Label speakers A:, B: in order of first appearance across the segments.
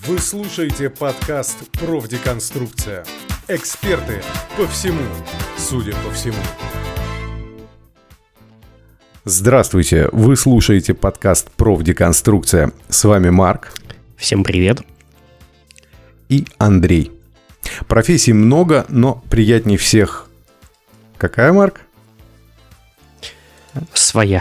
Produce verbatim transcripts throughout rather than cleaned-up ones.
A: Вы слушаете подкаст «Профдеконструкция». Эксперты по всему, судя по всему. Здравствуйте, вы слушаете подкаст «Профдеконструкция». С вами Марк.
B: Всем привет.
A: И Андрей. Профессий много, но приятнее всех... Какая, Марк?
B: Своя.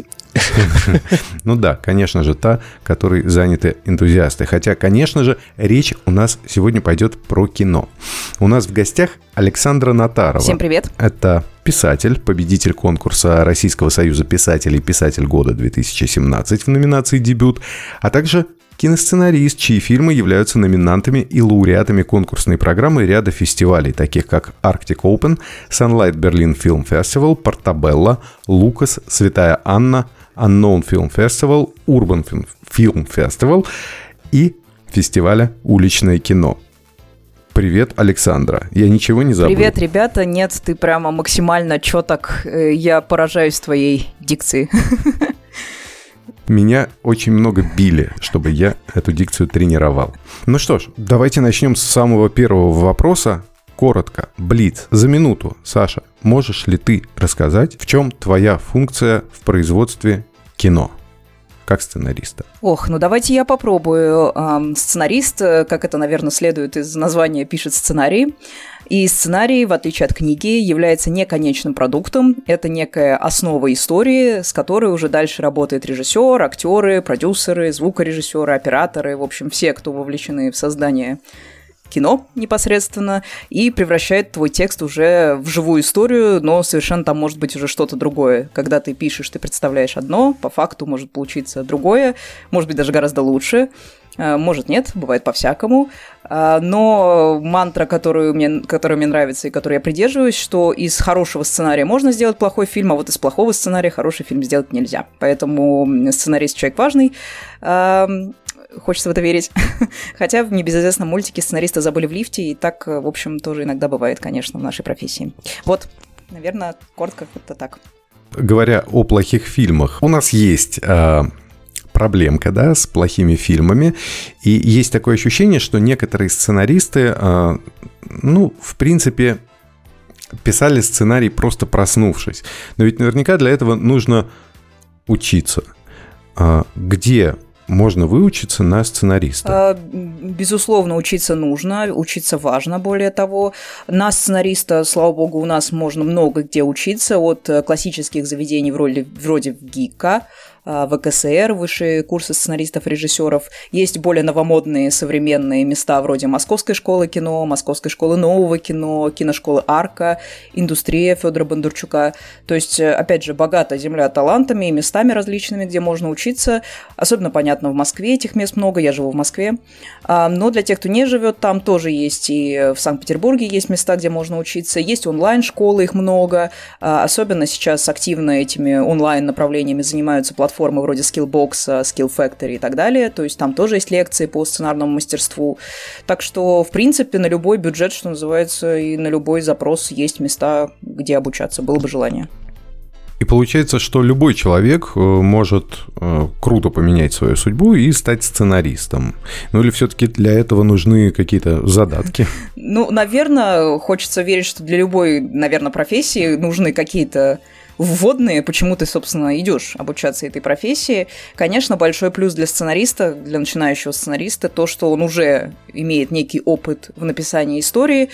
A: Ну да, конечно же, та, которой заняты энтузиасты. Хотя, конечно же, речь у нас сегодня пойдет про кино. У нас в гостях Александра Натарова.
C: Всем привет.
A: Это писатель, победитель конкурса Российского союза писателей «Писатель года две тысячи семнадцать» в номинации «Дебют», а также киносценарист, чьи фильмы являются номинантами и лауреатами конкурсной программы ряда фестивалей, таких как Arctic Open, Sunlight Berlin Film Festival, Portabella, Lucas, Святая Анна, Unknown Film Festival, Urban Film Festival и фестиваля «Уличное кино». Привет, Александра. Я ничего не забыл.
C: Привет, ребята. Нет, ты прямо максимально чёток. Я поражаюсь твоей дикцией.
A: Меня очень много били, чтобы я эту дикцию тренировал. Ну что ж, давайте начнем с самого первого вопроса. Коротко, блиц, за минуту. Саша, можешь ли ты рассказать, в чем твоя функция в производстве кино, как сценариста?
C: Ох, ну давайте я попробую. Сценарист, как это, наверное, следует из названия, пишет сценарий. И сценарий, в отличие от книги, является не конечным продуктом. Это некая основа истории, с которой уже дальше работает режиссер, актеры, продюсеры, звукорежиссеры, операторы, в общем, все, кто вовлечены в создание кино непосредственно, и превращает твой текст уже в живую историю, но совершенно там может быть уже что-то другое. Когда ты пишешь, ты представляешь одно, по факту может получиться другое, может быть даже гораздо лучше. Может, нет, бывает по-всякому. Но мантра, которую мне, которая мне нравится и которой я придерживаюсь, что из хорошего сценария можно сделать плохой фильм, а вот из плохого сценария хороший фильм сделать нельзя. Поэтому сценарист человек важный. Хочется в это верить. Хотя в небезызвестном мультике сценариста забыли в лифте, и так, в общем, тоже иногда бывает, конечно, в нашей профессии. Вот, наверное, коротко как-то так.
A: Говоря о плохих фильмах, у нас есть... проблемка, да, с плохими фильмами. И есть такое ощущение, что некоторые сценаристы, э, ну, в принципе, писали сценарий просто проснувшись. Но ведь наверняка для этого нужно учиться. Э, где можно выучиться на сценариста?
C: Безусловно, учиться нужно, учиться важно, более того. На сценариста, слава богу, у нас можно много где учиться, от классических заведений вроде, вроде ГИКа, ВКСР, высшие курсы сценаристов-режиссеров. Есть более новомодные современные места вроде Московской школы кино, Московской школы нового кино, киношколы Арка, Индустрия Федора Бондарчука. То есть, опять же, богата земля талантами и местами различными, где можно учиться. Особенно понятно в Москве, этих мест много, я живу в Москве. Но для тех, кто не живет там, тоже есть и в Санкт-Петербурге есть места, где можно учиться. Есть онлайн-школы, их много. Особенно сейчас активно этими онлайн-направлениями занимаются платформы формы вроде Skillbox, Skill Factory и так далее, то есть там тоже есть лекции по сценарному мастерству. Так что, в принципе, на любой бюджет, что называется, и на любой запрос есть места, где обучаться, было бы желание.
A: И получается, что любой человек может э, круто поменять свою судьбу и стать сценаристом. Ну или все-таки для этого нужны какие-то задатки? Ну,
C: наверное, хочется верить, что для любой, наверное, профессии нужны какие-то вводные, почему ты, собственно, идешь обучаться этой профессии. Конечно, большой плюс для сценариста, для начинающего сценариста, то, что он уже имеет некий опыт в написании истории,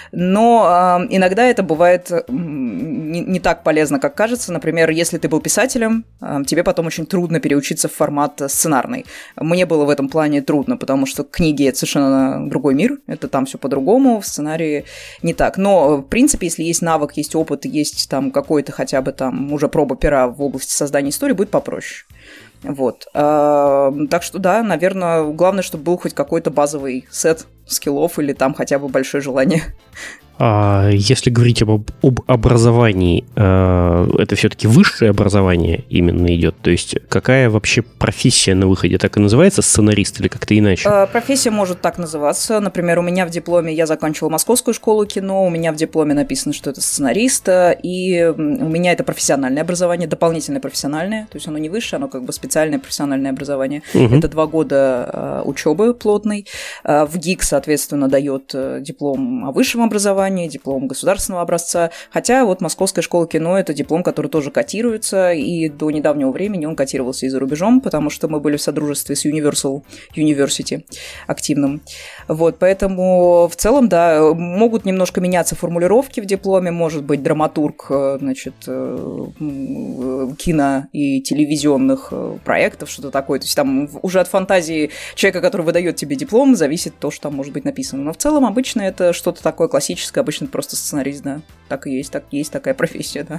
C: но э, иногда это бывает не, не так полезно, как кажется. Например, если ты был писателем, э, тебе потом очень трудно переучиться в формат сценарный. Мне было в этом плане трудно, потому что книги – это совершенно другой мир, это там все по-другому, в сценарии не так. Но, в принципе, если есть навык, есть опыт, есть там какой-то хотя бы там уже проба пера в области создания истории, будет попроще. Вот. А, так что, да, наверное, главное, чтобы был хоть какой-то базовый сет скиллов или там хотя бы большое желание
B: А если говорить об, об образовании, э, это все-таки высшее образование именно идет? То есть какая вообще профессия на выходе? Так и называется сценарист или как-то иначе?
C: Э, профессия может так называться. Например, у меня в дипломе, я закончила Московскую школу кино, у меня в дипломе написано, что это сценарист, и у меня это профессиональное образование, дополнительное профессиональное, то есть оно не высшее, оно как бы специальное профессиональное образование. Угу. Это два года э, учебы плотной. Э, в ГИК, соответственно, дает диплом о высшем образовании, диплом государственного образца, хотя вот Московская школа кино – это диплом, который тоже котируется, и до недавнего времени он котировался и за рубежом, потому что мы были в содружестве с Universal University активным. Вот, поэтому в целом, да, могут немножко меняться формулировки в дипломе, может быть, драматург, значит, кино и телевизионных проектов, что-то такое, то есть там уже от фантазии человека, который выдает тебе диплом, зависит то, что там может быть написано. Но в целом обычно это что-то такое классическое, обычно просто сценарист, да. Так и есть, так есть такая профессия, да.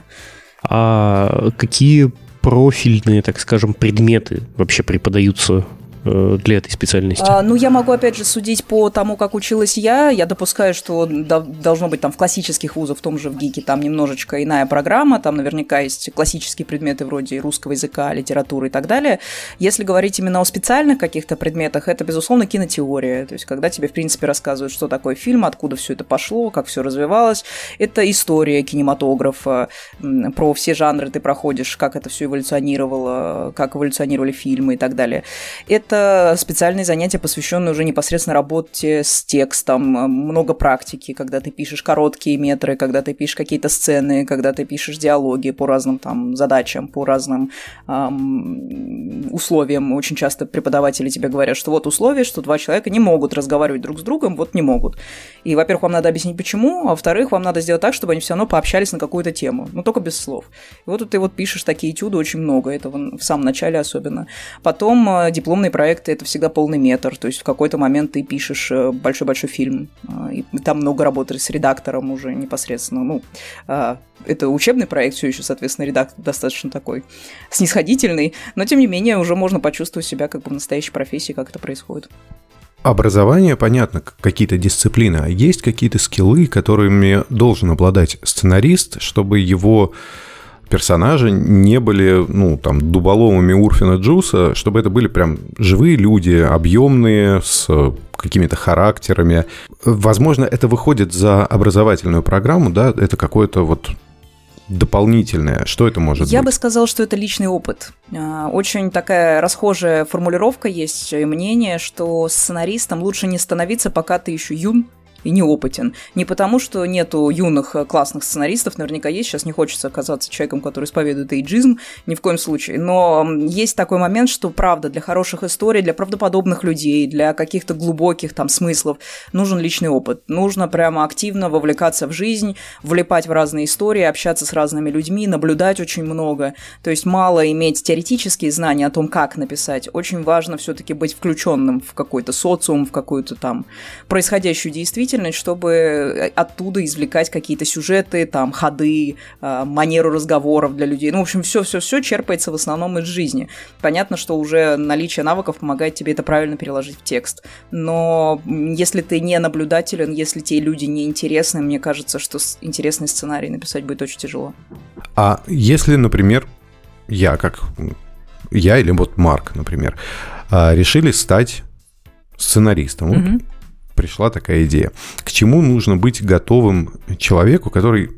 B: А какие профильные, так скажем, предметы вообще преподаются для этой специальности?
C: А, ну, я могу, опять же, судить по тому, как училась я. Я допускаю, что до, должно быть там в классических вузах, в том же в ГИКе, там немножечко иная программа, там наверняка есть классические предметы вроде русского языка, литературы и так далее. Если говорить именно о специальных каких-то предметах, это, безусловно, кинотеория. То есть, когда тебе, в принципе, рассказывают, что такое фильм, откуда все это пошло, как все развивалось. Это история кинематографа, про все жанры ты проходишь, как это все эволюционировало, как эволюционировали фильмы и так далее. Это специальные занятия, посвященные уже непосредственно работе с текстом, много практики, когда ты пишешь короткие метры, когда ты пишешь какие-то сцены, когда ты пишешь диалоги по разным там задачам, по разным эм, условиям. Очень часто преподаватели тебе говорят, что вот условия, что два человека не могут разговаривать друг с другом, вот не могут. И, во-первых, вам надо объяснить, почему, а во-вторых, вам надо сделать так, чтобы они все равно пообщались на какую-то тему, но только без слов. И вот ты вот пишешь такие этюды очень много, это в самом начале особенно. Потом э, дипломный проект проекты — это всегда полный метр, то есть в какой-то момент ты пишешь большой-большой фильм, и там много работаешь с редактором уже непосредственно, ну, это учебный проект все еще, соответственно, редактор достаточно такой снисходительный, но тем не менее уже можно почувствовать себя как бы в настоящей профессии, как это происходит.
A: Образование, понятно, какие-то дисциплины, а есть какие-то скиллы, которыми должен обладать сценарист, чтобы его персонажи не были, ну, там, дуболомами Урфина Джуса, чтобы это были прям живые люди, объемные, с какими-то характерами. Возможно, это выходит за образовательную программу, да, это какое-то вот дополнительное. Что это может
C: Я
A: быть?
C: бы сказала, что это личный опыт. Очень такая расхожая формулировка есть, мнение, что сценаристом лучше не становиться, пока ты еще юн и неопытен. Не потому, что нету юных классных сценаристов, наверняка есть, сейчас не хочется оказаться человеком, который исповедует эйджизм, ни в коем случае, но есть такой момент, что, правда, для хороших историй, для правдоподобных людей, для каких-то глубоких там смыслов нужен личный опыт. Нужно прямо активно вовлекаться в жизнь, влипать в разные истории, общаться с разными людьми, наблюдать очень много. То есть мало иметь теоретические знания о том, как написать. Очень важно все-таки быть включенным в какой-то социум, в какую-то там происходящую действительность, чтобы оттуда извлекать какие-то сюжеты, там, ходы, манеру разговоров для людей. Ну, в общем, все-все-все черпается в основном из жизни. Понятно, что уже наличие навыков помогает тебе это правильно переложить в текст. Но если ты не наблюдателен, если те люди не интересны, мне кажется, что интересный сценарий написать будет очень тяжело.
A: А если, например, я, как я или вот Марк, например, решили стать сценаристом, mm-hmm. вот пришла такая идея. К чему нужно быть готовым человеку, который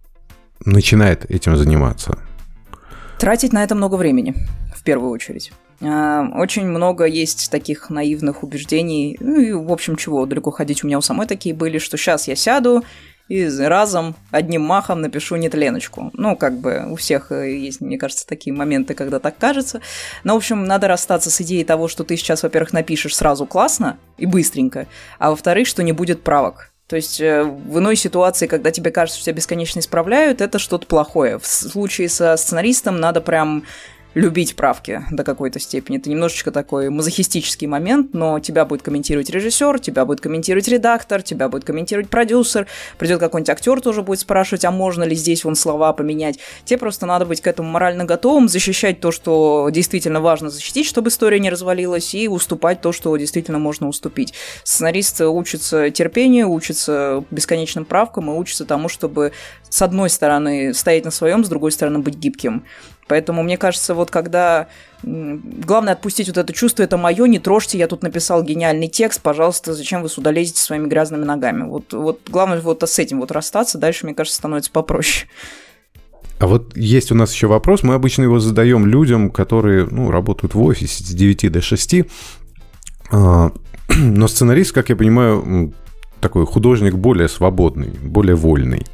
A: начинает этим заниматься?
C: Тратить на это много времени, в первую очередь. Очень много есть таких наивных убеждений. Ну и, в общем, чего далеко ходить, у меня у самой такие были, что сейчас я сяду и разом, одним махом напишу нетленочку. Ну, как бы у всех есть, мне кажется, такие моменты, когда так кажется. Но, в общем, надо расстаться с идеей того, что ты сейчас, во-первых, напишешь сразу классно и быстренько, а во-вторых, что не будет правок. То есть в иной ситуации, когда тебе кажется, что тебя бесконечно исправляют, это что-то плохое. В случае со сценаристом надо прям любить правки до какой-то степени. Это немножечко такой мазохистический момент, но тебя будет комментировать режиссер, тебя будет комментировать редактор, тебя будет комментировать продюсер, придет какой-нибудь актер, тоже будет спрашивать, а можно ли здесь вон слова поменять. Тебе просто надо быть к этому морально готовым, защищать то, что действительно важно защитить, чтобы история не развалилась, и уступать то, что действительно можно уступить. Сценарист учится терпению, учится бесконечным правкам и учится тому, чтобы с одной стороны стоять на своем, с другой стороны быть гибким. Поэтому, мне кажется, вот когда... Главное отпустить вот это чувство, это мое, не трожьте, я тут написал гениальный текст, пожалуйста, зачем вы сюда лезете своими грязными ногами? Вот, вот главное вот с этим вот расстаться, дальше, мне кажется, становится попроще.
A: А вот есть у нас еще вопрос, мы обычно его задаем людям, которые, ну, работают в офисе с девяти до шести, но сценарист, как я понимаю, такой художник более свободный, более вольный.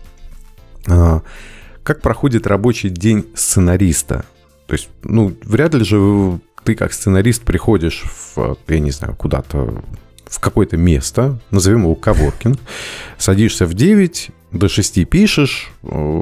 A: Как проходит рабочий день сценариста? То есть, ну, вряд ли же ты как сценарист приходишь в, я не знаю, куда-то, в какое-то место, назовем его коворкинг, садишься в девять, до шести пишешь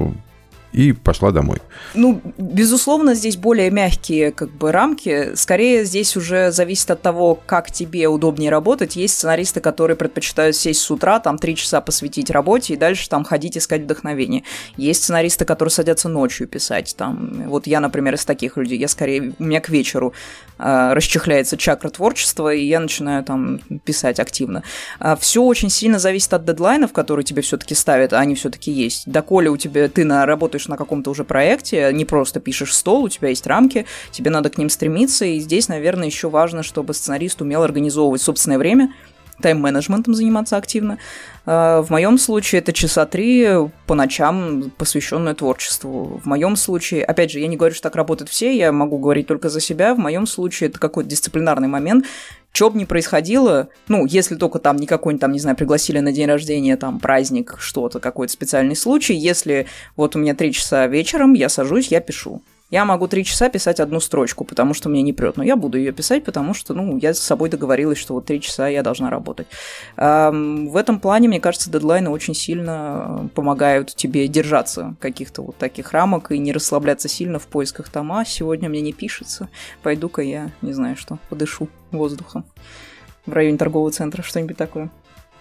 A: и пошла домой.
C: Ну, безусловно, здесь более мягкие как бы рамки. Скорее, здесь уже зависит от того, как тебе удобнее работать. Есть сценаристы, которые предпочитают сесть с утра, там, три часа посвятить работе и дальше там ходить искать вдохновение. Есть сценаристы, которые садятся ночью писать. Там. Вот я, например, из таких людей. Я скорее, у меня к вечеру э, расчехляется чакра творчества, и я начинаю там писать активно. А все очень сильно зависит от дедлайнов, которые тебе все-таки ставят, а они все-таки есть. Доколе у тебя ты на, работаешь на каком-то уже проекте, не просто пишешь стол, у тебя есть рамки, тебе надо к ним стремиться, и здесь, наверное, еще важно, чтобы сценарист умел организовывать собственное время, тайм-менеджментом заниматься активно. В моем случае это часа три по ночам, посвященное творчеству. В моем случае, опять же, я не говорю, что так работают все, я могу говорить только за себя, в моем случае это какой-то дисциплинарный момент. Что бы ни происходило, ну, если только там не какой-нибудь, там, не знаю, пригласили на день рождения, там, праздник, что-то, какой-то специальный случай, если вот у меня три часа вечером, я сажусь, я пишу. Я могу три часа писать одну строчку, потому что мне не прет, но я буду ее писать, потому что, ну, я с собой договорилась, что вот три часа я должна работать. В этом плане, мне кажется, дедлайны очень сильно помогают тебе держаться каких-то вот таких рамок и не расслабляться сильно в поисках там, а сегодня мне не пишется, пойду-ка я, не знаю что, подышу воздухом в районе торгового центра, что-нибудь такое.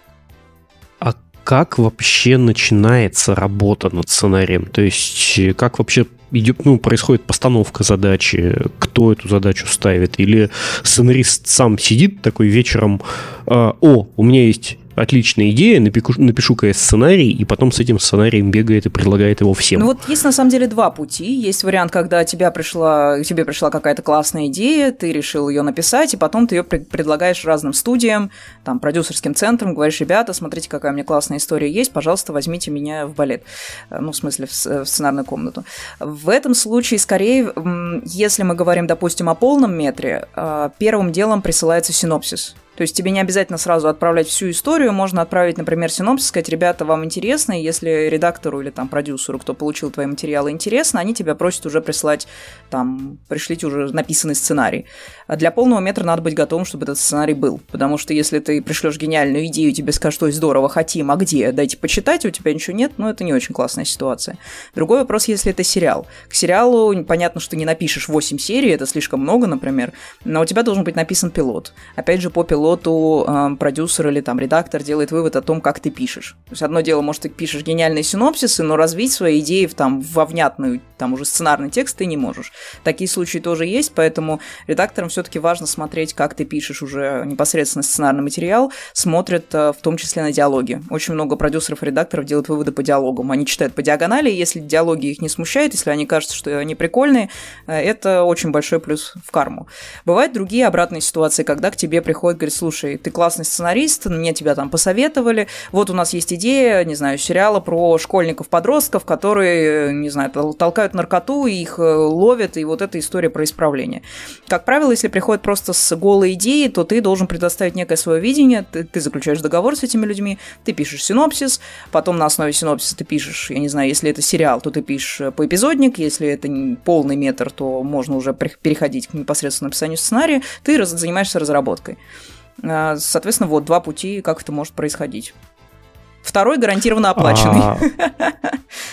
B: А как вообще начинается работа над сценарием? То есть как вообще идет, ну, происходит постановка задачи, кто эту задачу ставит? Или сценарист сам сидит такой вечером, о, у меня есть отличная идея, напишу, напишу-ка я сценарий, и потом с этим сценарием бегает и предлагает его всем.
C: Ну вот есть на самом деле два пути. Есть вариант, когда тебя пришла, тебе пришла какая-то классная идея, ты решил ее написать, и потом ты ее пред- предлагаешь разным студиям, там, продюсерским центрам, говоришь, ребята, смотрите, какая у меня классная история есть, пожалуйста, возьмите меня в балет. Ну, в смысле, в, в сценарную комнату. В этом случае, скорее, если мы говорим, допустим, о полном метре, первым делом присылается синопсис. То есть тебе не обязательно сразу отправлять всю историю, можно отправить, например, синопсис, сказать, ребята, вам интересно, и если редактору или там продюсеру, кто получил твои материалы, интересно, они тебя просят уже прислать, там, пришлите уже написанный сценарий. А для полного метра надо быть готовым, чтобы этот сценарий был, потому что если ты пришлешь гениальную идею, тебе скажут, что здорово, хотим, а где, дайте почитать, у тебя ничего нет, ну, это не очень классная ситуация. Другой вопрос, если это сериал. К сериалу понятно, что не напишешь восемь серий, это слишком много, например, но у тебя должен быть написан пилот. Опять же, по пилоту пилоту э, продюсер или там редактор делает вывод о том, как ты пишешь. То есть одно дело, может, ты пишешь гениальные синопсисы, но развить свои идеи в, там, во внятную, там уже сценарный текст ты не можешь. Такие случаи тоже есть, поэтому редакторам все-таки важно смотреть, как ты пишешь уже непосредственно сценарный материал, смотрят э, в том числе на диалоги. Очень много продюсеров и редакторов делают выводы по диалогам. Они читают по диагонали, и если диалоги их не смущают, если они кажутся, что они прикольные, э, это очень большой плюс в карму. Бывают другие обратные ситуации, когда к тебе приходит, говорит, слушай, ты классный сценарист, мне тебя там посоветовали, вот у нас есть идея, не знаю, сериала про школьников-подростков, которые, не знаю, толкают наркоту, их ловят, и вот эта история про исправление. Как правило, если приходит просто с голой идеей, то ты должен предоставить некое свое видение, ты, ты заключаешь договор с этими людьми, ты пишешь синопсис, потом на основе синопсиса ты пишешь, я не знаю, если это сериал, то ты пишешь поэпизодник, если это полный метр, то можно уже переходить к непосредственному написанию сценария, ты раз, занимаешься разработкой. Соответственно, вот два пути, как это может происходить. Второй гарантированно оплаченный.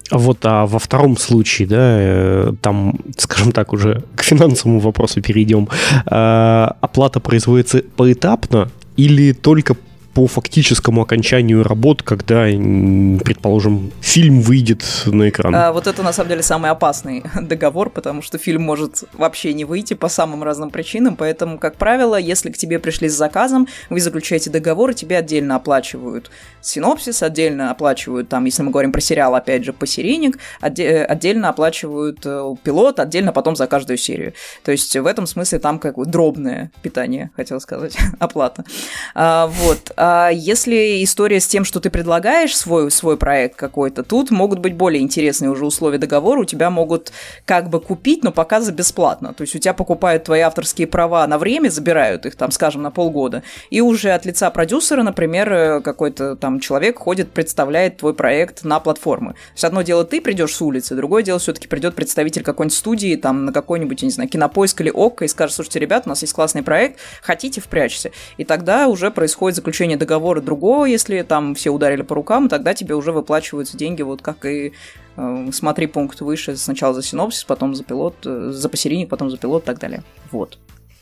B: Вот, а во втором случае, да, там, скажем так, уже к финансовому вопросу перейдем. Оплата производится поэтапно или только по фактическому окончанию работ, когда, предположим, фильм выйдет на экран?
C: А, вот это, на самом деле, самый опасный договор, потому что фильм может вообще не выйти по самым разным причинам, поэтому, как правило, если к тебе пришли с заказом, вы заключаете договор, и тебе отдельно оплачивают синопсис, отдельно оплачивают, там, если мы говорим про сериал, опять же, посерийник, отде- отдельно оплачивают э, пилот, отдельно потом за каждую серию. То есть в этом смысле там как бы дробное питание, хотел сказать, оплата. А, вот. А если история с тем, что ты предлагаешь свой, свой проект какой-то, тут могут быть более интересные уже условия договора, у тебя могут как бы купить, но пока за бесплатно. То есть у тебя покупают твои авторские права на время, забирают их, там, скажем, на полгода, и уже от лица продюсера, например, какой-то там человек ходит, представляет твой проект на платформы. То есть одно дело ты придешь с улицы, другое дело все-таки придет представитель какой-нибудь студии, там, на какой-нибудь, я не знаю, Кинопоиск или ОККО и скажет: слушайте, ребят, у нас есть классный проект, хотите, впрячься. И тогда уже происходит заключение договора другого, если там все ударили по рукам, тогда тебе уже выплачиваются деньги, вот как и э, смотри пункт выше, сначала за синопсис, потом за пилот, э, за посередине, потом за пилот и так далее. Вот.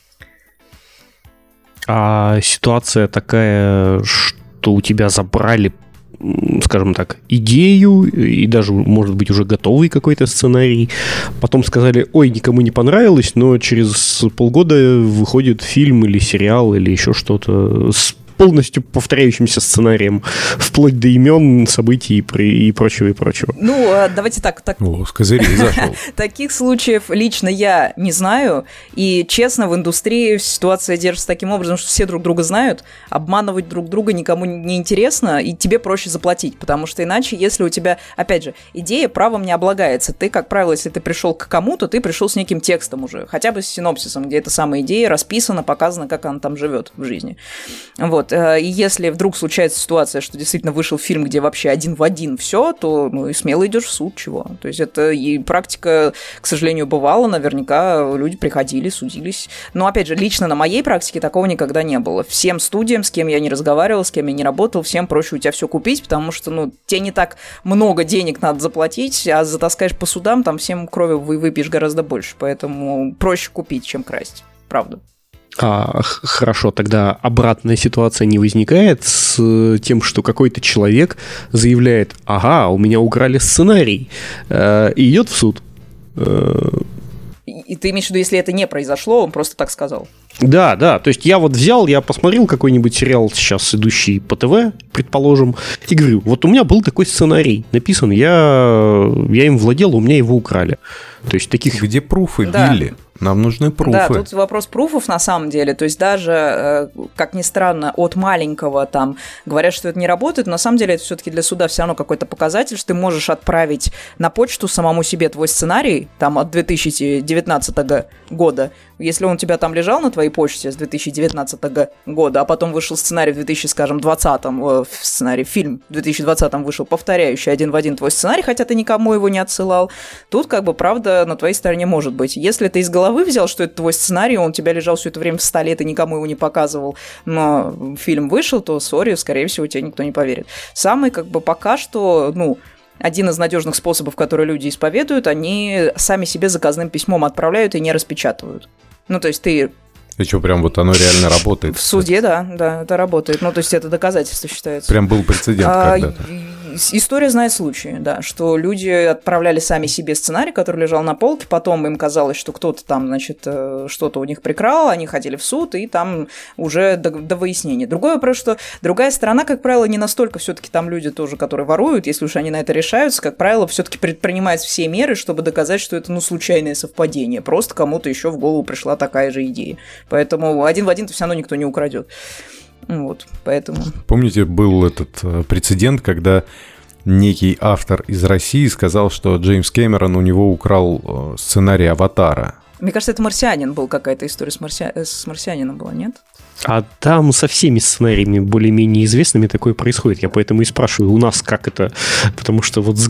B: А ситуация такая, что у тебя забрали, скажем так, идею и даже, может быть, уже готовый какой-то сценарий. Потом сказали: ой, никому не понравилось, но через полгода выходит фильм или сериал или еще что-то с полностью повторяющимся сценарием, вплоть до имен, событий и прочего, и прочего.
C: Ну, давайте так. так...
A: О, с козырей зашел.
C: Таких случаев лично я не знаю, и, честно, в индустрии ситуация держится таким образом, что все друг друга знают, обманывать друг друга никому не интересно, и тебе проще заплатить, потому что иначе, если у тебя, опять же, идея правом не облагается, ты, как правило, если ты пришел к кому-то, ты пришел с неким текстом уже, хотя бы с синопсисом, где эта самая идея расписана, показана, как она там живет в жизни. Вот. И если вдруг случается ситуация, что действительно вышел фильм, где вообще один в один все, то ну, и смело идешь в суд, чего. То есть это и практика, к сожалению, бывала, наверняка люди приходили, судились. Но, опять же, лично на моей практике такого никогда не было. Всем студиям, с кем я не разговаривал, с кем я не работал, всем проще у тебя все купить, потому что, ну, тебе не так много денег надо заплатить, а затаскаешь по судам, там всем крови вы выпьешь гораздо больше, поэтому проще купить, чем красть. Правда.
B: А, хорошо, тогда обратная ситуация не возникает с тем, что какой-то человек заявляет: ага, у меня украли сценарий, э, и идет в суд. Э,
C: И ты имеешь в виду, если это не произошло, он просто так сказал?
B: Да, да, то есть я вот взял, я посмотрел какой-нибудь сериал, сейчас идущий по ТВ, предположим, и говорю: вот у меня был такой сценарий написан, я, я им владел, у меня его украли. То есть таких...
A: Где пруфы,
C: да.
A: Билли? Нам нужны пруфы.
C: Да, тут вопрос пруфов на самом деле. То есть даже, как ни странно, от маленького там говорят, что это не работает, но на самом деле это все-таки для суда все равно какой-то показатель, что ты можешь отправить на почту самому себе твой сценарий там от две тысячи девятнадцатого года. Если он у тебя там лежал на твоей почте с две тысячи девятнадцатого года, а потом вышел сценарий в две тысячи двадцатом, э, сценарий, фильм в две тысячи двадцатом вышел повторяющий один в один твой сценарий, хотя ты никому его не отсылал, тут как бы правда на твоей стороне может быть. Если ты из головы взял, что это твой сценарий, он у тебя лежал все это время в столе, ты никому его не показывал, но фильм вышел, то, сори, скорее всего, тебе никто не поверит. Самый как бы пока что, ну, один из надежных способов, которые люди исповедуют, они сами себе заказным письмом отправляют и не распечатывают. Ну, то есть ты...
A: И что, прям вот оно реально работает?
C: В суде, да, да, это работает. Ну, то есть это доказательство считается.
A: Прям был прецедент а, когда-то.
C: История знает случаи, да, что люди отправляли сами себе сценарий, который лежал на полке, потом им казалось, что кто-то там, значит, что-то у них прикрал, они ходили в суд, и там уже до, до выяснения. Другой вопрос, что другая сторона, как правило, не настолько все-таки там люди тоже, которые воруют, если уж они на это решаются, как правило, все-таки предпринимают все меры, чтобы доказать, что это, ну, случайное совпадение, просто кому-то еще в голову пришла такая же идея. Поэтому один в один-то все равно никто не украдет. Вот, поэтому...
A: Помните, был этот прецедент, когда некий автор из России сказал, что Джеймс Кэмерон у него украл сценарий «Аватара».
C: Мне кажется, это «Марсианин» был, какая-то история с, марси... с «Марсианином» была, нет?
B: А там со всеми сценариями более-менее известными такое происходит. Я поэтому и спрашиваю, у нас как это? Потому что вот с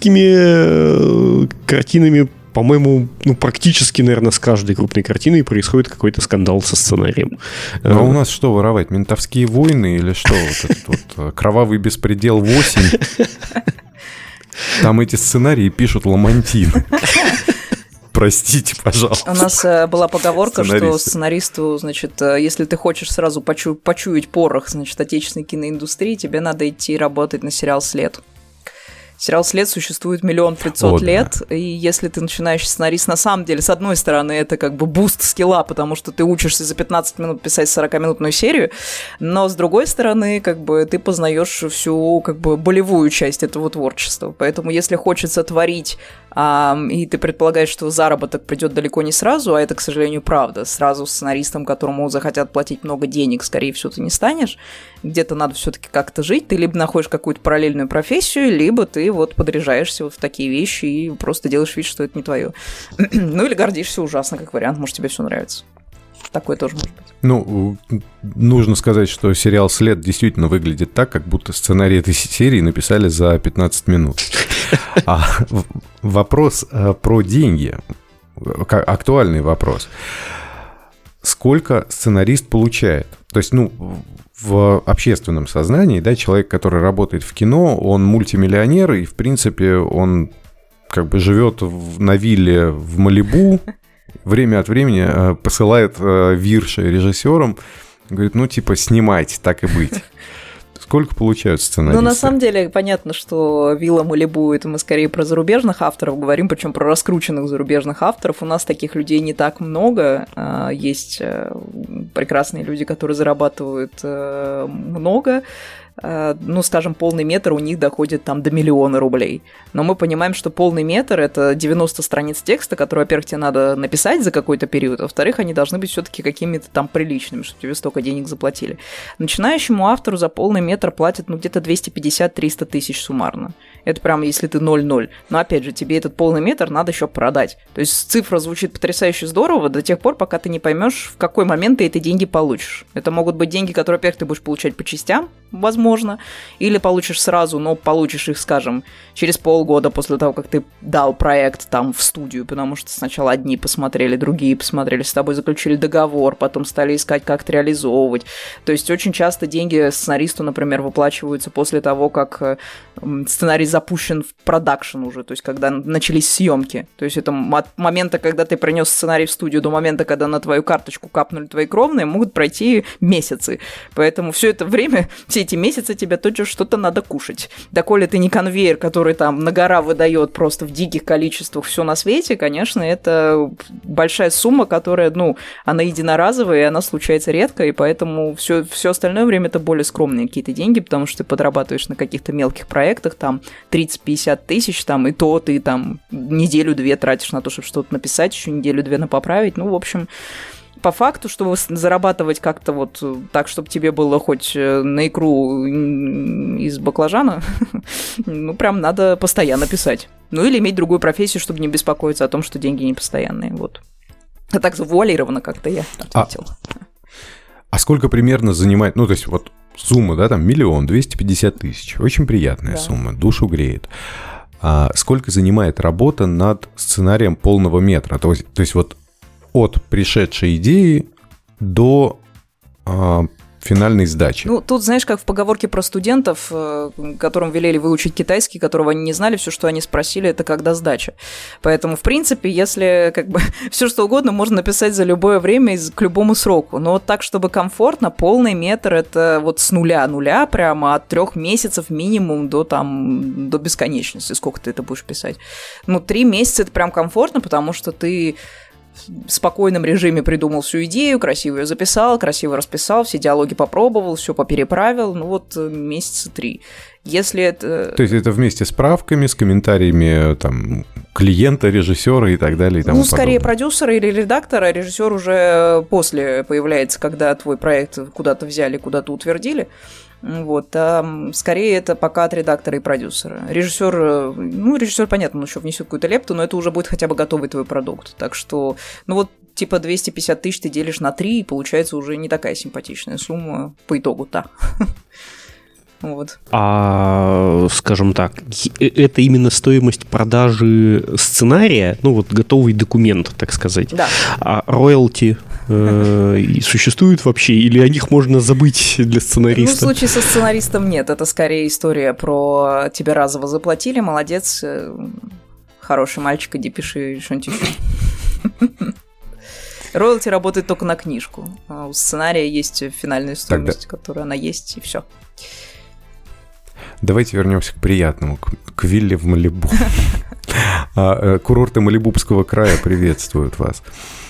B: голливудскими картинами, по-моему, ну, практически, наверное, с каждой крупной картиной происходит какой-то скандал со сценарием.
A: Ну, а у нас что воровать? Ментовские войны или что? Вот этот вот кровавый беспредел восемь? Там эти сценарии пишут ламантин. Простите, пожалуйста.
C: У нас э, была поговорка, что сценаристу, значит, э, если ты хочешь сразу почу- почуять порох, значит, отечественной киноиндустрии, тебе надо идти работать на сериал «След». Сериал «След» существует миллион пятьсот лет, и если ты начинающий сценарист, на самом деле, с одной стороны, это как бы буст скилла, потому что ты учишься за пятнадцать минут писать сорокаминутную серию, но с другой стороны, как бы ты познаешь всю как бы болевую часть этого творчества. Поэтому если хочется творить, а, и ты предполагаешь, что заработок придет далеко не сразу, а это, к сожалению, правда, сразу сценаристом, которому захотят платить много денег, скорее всего, ты не станешь, где-то надо все-таки как-то жить, ты либо находишь какую-то параллельную профессию, либо ты вот подряжаешься вот в такие вещи и просто делаешь вид, что это не твое. Ну или гордишься ужасно, как вариант, может, тебе все нравится. Такое тоже может быть.
A: Ну, нужно сказать, что сериал «След» действительно выглядит так, как будто сценарий этой серии написали за пятнадцать минут. А вопрос про деньги, актуальный вопрос. Сколько сценарист получает? То есть, ну, в общественном сознании, да, человек, который работает в кино, он мультимиллионер, и, в принципе, он как бы живет в, на вилле в Малибу, время от времени э, посылает э, вирши режиссерам, говорит, ну, типа, снимайте, так и быть. Сколько получают сценаристы?
C: Ну, на самом деле, понятно, что «Вилла Малибу» — это мы скорее про зарубежных авторов говорим, причем про раскрученных зарубежных авторов. У нас таких людей не так много. Есть прекрасные люди, которые зарабатывают много. Ну, скажем, полный метр у них доходит там до миллиона рублей. Но мы понимаем, что полный метр — это девяносто страниц текста, которые, во-первых, тебе надо написать за какой-то период, а во-вторых, они должны быть все-таки какими-то там приличными, чтобы тебе столько денег заплатили. Начинающему автору за полный метр платят, ну, где-то двести пятьдесят - триста тысяч суммарно. Это прям если ты ноль-ноль. Но, опять же, тебе этот полный метр надо еще продать. То есть цифра звучит потрясающе здорово до тех пор, пока ты не поймешь, в какой момент ты эти деньги получишь. Это могут быть деньги, которые, во-первых, ты будешь получать по частям, возможно, можно, или получишь сразу, но получишь их, скажем, через полгода после того, как ты дал проект там в студию, потому что сначала одни посмотрели, другие посмотрели, с тобой заключили договор, потом стали искать, как это реализовывать. То есть очень часто деньги сценаристу, например, выплачиваются после того, как сценарий запущен в продакшн уже, то есть когда начались съемки. То есть это от момента, когда ты принес сценарий в студию, до момента, когда на твою карточку капнули твои кровные, могут пройти месяцы. Поэтому все это время, все эти месяцы тебе тоже что-то надо кушать. Доколе ты не конвейер, который там на гора выдает просто в диких количествах все на свете, конечно, это большая сумма, которая, ну, она единоразовая, и она случается редко, и поэтому все, все остальное время это более скромные какие-то деньги, потому что ты подрабатываешь на каких-то мелких проектах, там, тридцать-пятьдесят тысяч, там, и то ты там неделю-две тратишь на то, чтобы что-то написать, еще неделю-две на поправить, ну, в общем... По факту, чтобы зарабатывать как-то вот так, чтобы тебе было хоть на икру из баклажана, ну, прям надо постоянно писать. Ну, или иметь другую профессию, чтобы не беспокоиться о том, что деньги не постоянные, вот. А так завуалировано как-то я ответила.
A: А, а сколько примерно занимает, ну, то есть вот сумма, да, там миллион двести пятьдесят тысяч, очень приятная да. сумма, душу греет. А сколько занимает работа над сценарием полного метра? То есть, то есть вот от пришедшей идеи до э, финальной сдачи.
C: Ну, тут, знаешь, как в поговорке про студентов, которым велели выучить китайский, которого они не знали, все, что они спросили, это когда сдача. Поэтому, в принципе, если как бы все что угодно можно написать за любое время и к любому сроку. Но вот так, чтобы комфортно, полный метр это вот с нуля-нуля прямо от трех месяцев минимум до там до бесконечности. Сколько ты это будешь писать? Ну, три месяца это прям комфортно, потому что ты в спокойном режиме придумал всю идею, красиво ее записал, красиво расписал, все диалоги попробовал, все попереправил, ну вот месяца три. Если это...
A: То есть это вместе с правками, с комментариями там, клиента, режиссера и так далее и тому
C: Ну, скорее
A: подобное.
C: Продюсера или редактора, режиссер уже после появляется, когда твой проект куда-то взяли, куда-то утвердили. Вот, а скорее это пока от редактора и продюсера. Режиссер, ну, режиссер, понятно, он еще внесет какую-то лепту, но это уже будет хотя бы готовый твой продукт. Так что, ну вот, типа двести пятьдесят тысяч ты делишь на три, и получается уже не такая симпатичная сумма по итогу-то. Вот.
B: А, скажем так, это именно стоимость продажи сценария, ну вот готовый документ, так сказать.
C: Да.
B: А роялти э, существуют вообще, или о них можно забыть для сценариста?
C: Ну, в случае со сценаристом нет, это скорее история про тебе разово заплатили, молодец, хороший мальчик, иди пиши что-нибудь еще. Роялти работает только на книжку, а у сценария есть финальная стоимость, Тогда... которая она есть, и все.
A: Давайте вернемся к приятному, к, к вилле в Малибу. Курорты Малибубского края приветствуют вас.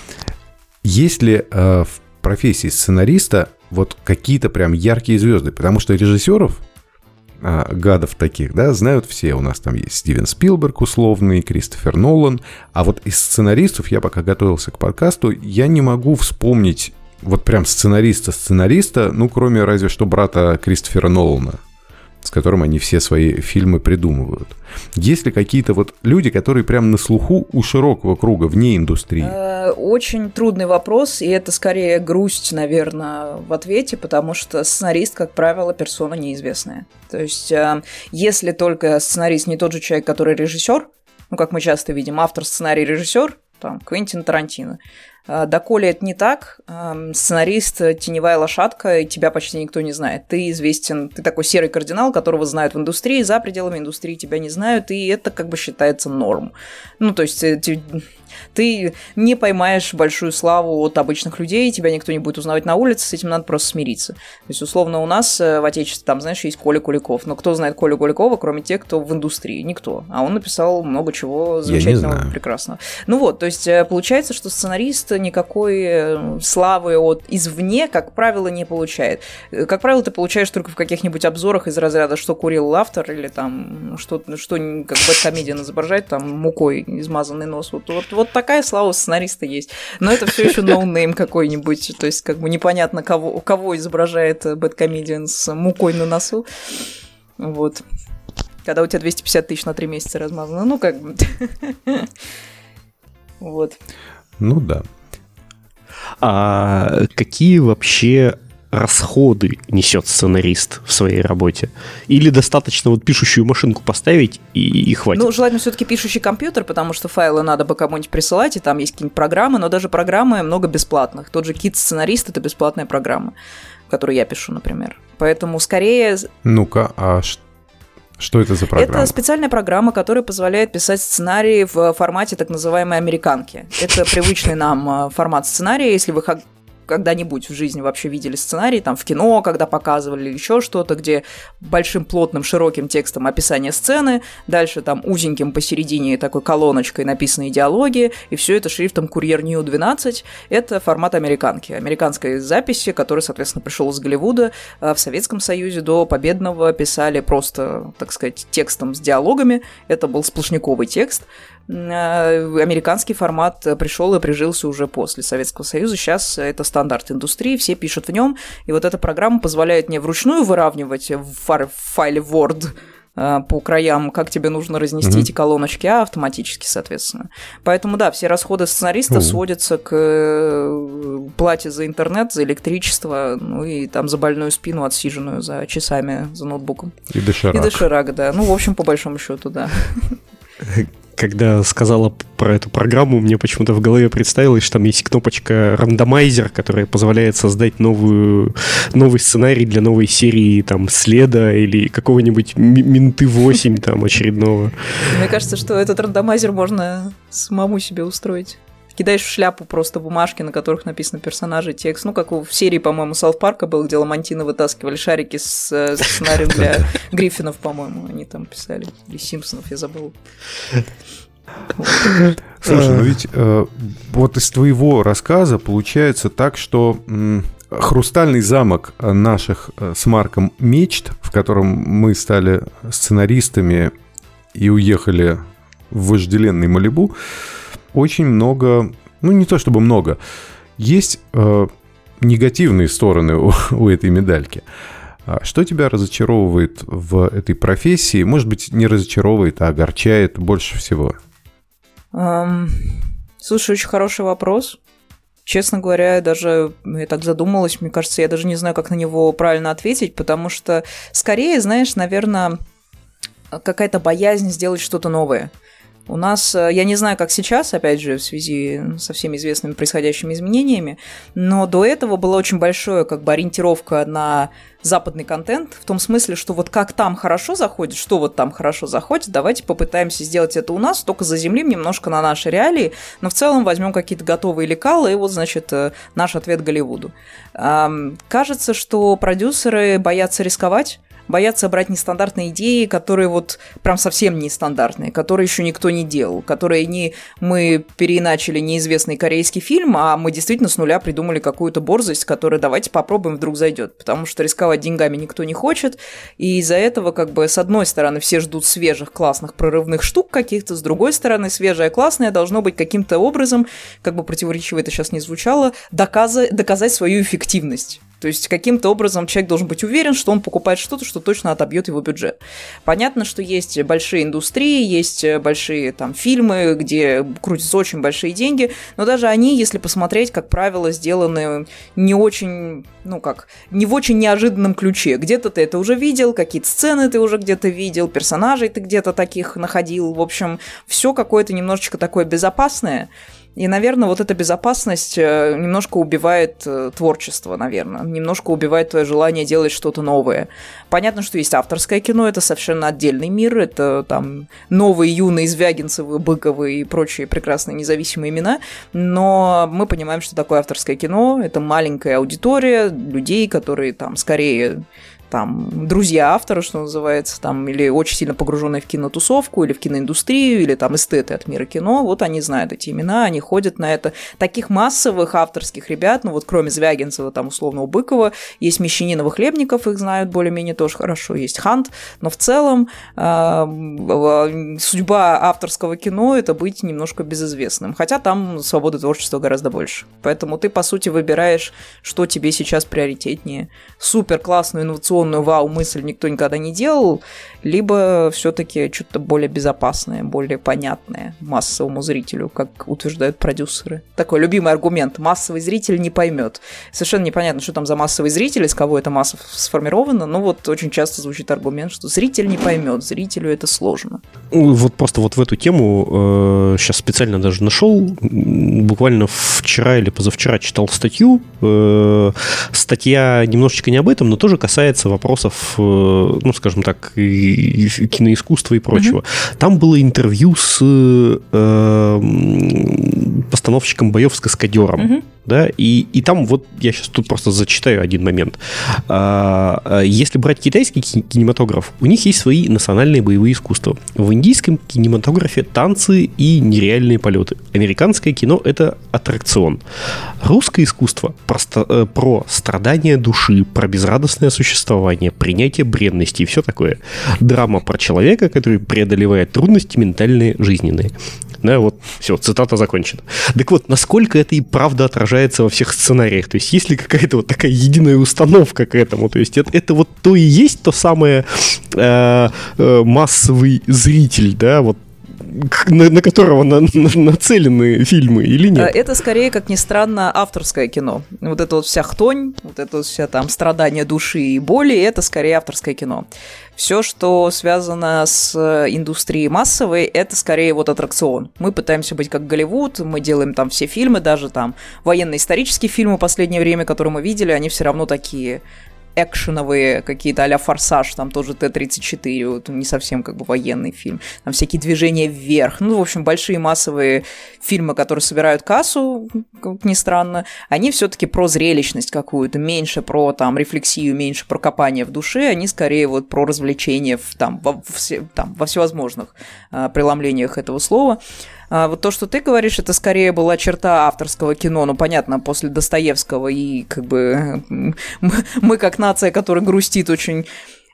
A: Есть ли в профессии сценариста вот какие-то прям яркие звезды? Потому что режиссеров, гадов таких, да, знают все. У нас там есть Стивен Спилберг условный, Кристофер Нолан. А вот из сценаристов, я пока готовился к подкасту, я не могу вспомнить вот прям сценариста-сценариста, ну, кроме разве что брата Кристофера Нолана, с которым они все свои фильмы придумывают. Есть ли какие-то вот люди, которые прям на слуху у широкого круга, вне индустрии?
C: Очень трудный вопрос, и это скорее грусть, наверное, в ответе, потому что сценарист, как правило, персона неизвестная. То есть, если только сценарист не тот же человек, который режиссер, ну, как мы часто видим, автор, сценарий, режиссер, там, Квентин Тарантино. Доколе это не так, сценарист – теневая лошадка, и тебя почти никто не знает. Ты известен, ты такой серый кардинал, которого знают в индустрии, за пределами индустрии тебя не знают, и это как бы считается норм. Ну, то есть ты, ты не поймаешь большую славу от обычных людей, тебя никто не будет узнавать на улице, с этим надо просто смириться. То есть, условно, у нас в Отечестве, там, знаешь, есть Коля Куликов, но кто знает Колю Куликова, кроме тех, кто в индустрии? Никто. А он написал много чего замечательного, прекрасного. Ну вот, то есть получается, что сценарист никакой славы от извне, как правило, не получает. Как правило, ты получаешь только в каких-нибудь обзорах из разряда, что курил автор, или там, что, что как бэдкомедиан изображает, там, мукой измазанный нос. Вот, вот, вот такая слава у сценариста есть. Но это все еще ноунейм какой-нибудь, то есть как бы непонятно, кого, кого изображает бэдкомедиан с мукой на носу. Вот. Когда у тебя двести пятьдесят тысяч на три месяца размазано. Ну, как бы... Вот.
A: Ну, да.
B: А какие вообще расходы несет сценарист в своей работе? Или достаточно вот пишущую машинку поставить и, и хватит?
C: Ну, желательно все-таки пишущий компьютер, потому что файлы надо бы кому-нибудь присылать, и там есть какие-нибудь программы, но даже программы много бесплатных. Тот же Kit-сценарист — это бесплатная программа, которую я пишу, например. Поэтому скорее...
A: Ну-ка, а что? Что это за программа?
C: Это специальная программа, которая позволяет писать сценарии в формате так называемой американки. Это привычный нам формат сценария. Если вы когда-нибудь в жизни вообще видели сценарий, там в кино, когда показывали, или еще что-то, где большим, плотным, широким текстом описание сцены, дальше там узеньким посередине такой колоночкой написаны диалоги, и все это шрифтом Courier New двенадцать. Это формат американки, американской записи, который, соответственно, пришел из Голливуда. В Советском Союзе до Победного писали просто, так сказать, текстом с диалогами. Это был сплошняковый текст. Американский формат пришел и прижился уже после Советского Союза. Сейчас это стандарт индустрии, все пишут в нем. И вот эта программа позволяет не вручную выравнивать в файле Word по краям, как тебе нужно разнести mm-hmm. эти колоночки, а автоматически, соответственно. Поэтому, да, все расходы сценариста mm-hmm. сводятся к плате за интернет, за электричество, ну и там за больную спину, отсиженную за часами за ноутбуком.
A: И доширак.
C: И доширак, да. Ну, в общем, по большому счету, да.
B: Когда сказала про эту программу, мне почему-то в голове представилось, что там есть кнопочка рандомайзер, которая позволяет создать новую, новый сценарий для новой серии там «Следа» или какого-нибудь «Менты восемь» там очередного.
C: Мне кажется, что этот рандомайзер можно самому себе устроить. Кидаешь в шляпу просто бумажки, на которых написаны персонажи, текст. Ну, как в серии, по-моему, Саут Парка был, где Ламантины вытаскивали шарики с сценарием для Гриффинов, по-моему, они там писали. Или Симпсонов, я забыл.
A: Слушай, ну ведь э, вот из твоего рассказа получается так, что м, хрустальный замок наших э, с Марком мечт, в котором мы стали сценаристами и уехали в вожделенный Малибу, очень много, ну не то чтобы много, есть э, негативные стороны у, у этой медальки. Что тебя разочаровывает в этой профессии? Может быть, не разочаровывает, а огорчает больше всего?
C: Um, слушай, очень хороший вопрос. Честно говоря, даже я так задумалась, мне кажется, я даже не знаю, как на него правильно ответить, потому что скорее, знаешь, наверное, какая-то боязнь сделать что-то новое. У нас, я не знаю, как сейчас, опять же, в связи со всеми известными происходящими изменениями, но до этого была очень большая как бы ориентировка на западный контент, в том смысле, что вот как там хорошо заходит, что вот там хорошо заходит, давайте попытаемся сделать это у нас, только заземлим немножко на наши реалии, но в целом возьмем какие-то готовые лекалы, и вот, значит, наш ответ Голливуду. Кажется, что продюсеры боятся рисковать, боятся брать нестандартные идеи, которые вот прям совсем нестандартные, которые еще никто не делал, которые не мы переиначили неизвестный корейский фильм, а мы действительно с нуля придумали какую-то борзость, которая давайте попробуем, вдруг зайдет, потому что рисковать деньгами никто не хочет, и из-за этого как бы с одной стороны все ждут свежих, классных, прорывных штук каких-то, с другой стороны свежее, классное должно быть каким-то образом, как бы противоречиво это сейчас не звучало, доказать, доказать свою эффективность. То есть каким-то образом человек должен быть уверен, что он покупает что-то, что точно отобьет его бюджет. Понятно, что есть большие индустрии, есть большие там фильмы, где крутятся очень большие деньги, но даже они, если посмотреть, как правило, сделаны не очень, ну как, не в очень неожиданном ключе. Где-то ты это уже видел, какие-то сцены ты уже где-то видел, персонажей ты где-то таких находил. В общем, все какое-то немножечко такое безопасное. И, наверное, вот эта безопасность немножко убивает творчество, наверное, немножко убивает твое желание делать что-то новое. Понятно, что есть авторское кино, это совершенно отдельный мир, это там новые, юные, Звягинцевы, Быковы и прочие прекрасные независимые имена, но мы понимаем, что такое авторское кино, это маленькая аудитория людей, которые там скорее... там, друзья автора, что называется, там, или очень сильно погруженные в кинотусовку, или в киноиндустрию, или там эстеты от мира кино, вот они знают эти имена, они ходят на это. Таких массовых авторских ребят, ну вот кроме Звягинцева, там, условного Быкова, есть Мещанинова, Хлебников, их знают более-менее тоже хорошо, есть Хант, но в целом э, судьба авторского кино – это быть немножко безызвестным, хотя там свободы творчества гораздо больше. Поэтому ты, по сути, выбираешь, что тебе сейчас приоритетнее. Супер классную инновационную вау-мысль никто никогда не делал, либо все-таки что-то более безопасное, более понятное массовому зрителю, как утверждают продюсеры. Такой любимый аргумент. Массовый зритель не поймет. Совершенно непонятно, что там за массовый зритель, из кого эта масса сформирована, но вот очень часто звучит аргумент, что зритель не поймет, зрителю это сложно.
B: Вот просто вот в эту тему э, сейчас специально даже нашел, буквально вчера или позавчера читал статью. Э, статья немножечко не об этом, но тоже касается вопросов, э, ну, скажем так, и, и киноискусства и прочего. Mm-hmm. Там было интервью с э, постановщиком боев с каскадером. Mm-hmm. Да, и, и там вот я сейчас тут просто зачитаю один момент. А, если брать китайский кинематограф, у них есть свои национальные боевые искусства. В индийском кинематографе танцы и нереальные полеты. Американское кино – это аттракцион. Русское искусство про, про страдания души, про безрадостное существование, принятие бренности и все такое. Драма про человека, который преодолевает трудности ментальные, жизненные. Да, вот, все, цитата закончена. Так вот, насколько это и правда отражается во всех сценариях? То есть, есть ли какая-то вот такая единая установка к этому? То есть, это, это вот то и есть то самое э, э, массовый зритель, да, вот, на, на которого на, на, нацелены фильмы или нет?
C: Это скорее, как ни странно, авторское кино. Вот эта вот вся хтонь, вот это вот вся там страдания души и боли, это скорее авторское кино. Все, что связано с индустрией массовой, это скорее вот аттракцион. Мы пытаемся быть как Голливуд, мы делаем там все фильмы, даже там военно-исторические фильмы в последнее время, которые мы видели, они все равно такие... экшеновые какие-то а-ля «Форсаж», там тоже Т тридцать четыре, вот, не совсем как бы военный фильм, там всякие движения вверх, ну, в общем, большие массовые фильмы, которые собирают кассу, как ни странно, они все-таки про зрелищность какую-то, меньше про там рефлексию, меньше про копание в душе, они скорее вот про развлечение в, там, во, все, там, во всевозможных а, преломлениях этого слова. А вот то, что ты говоришь, это скорее была черта авторского кино, ну, понятно, после Достоевского, и как бы мы, мы как нация, которая грустит очень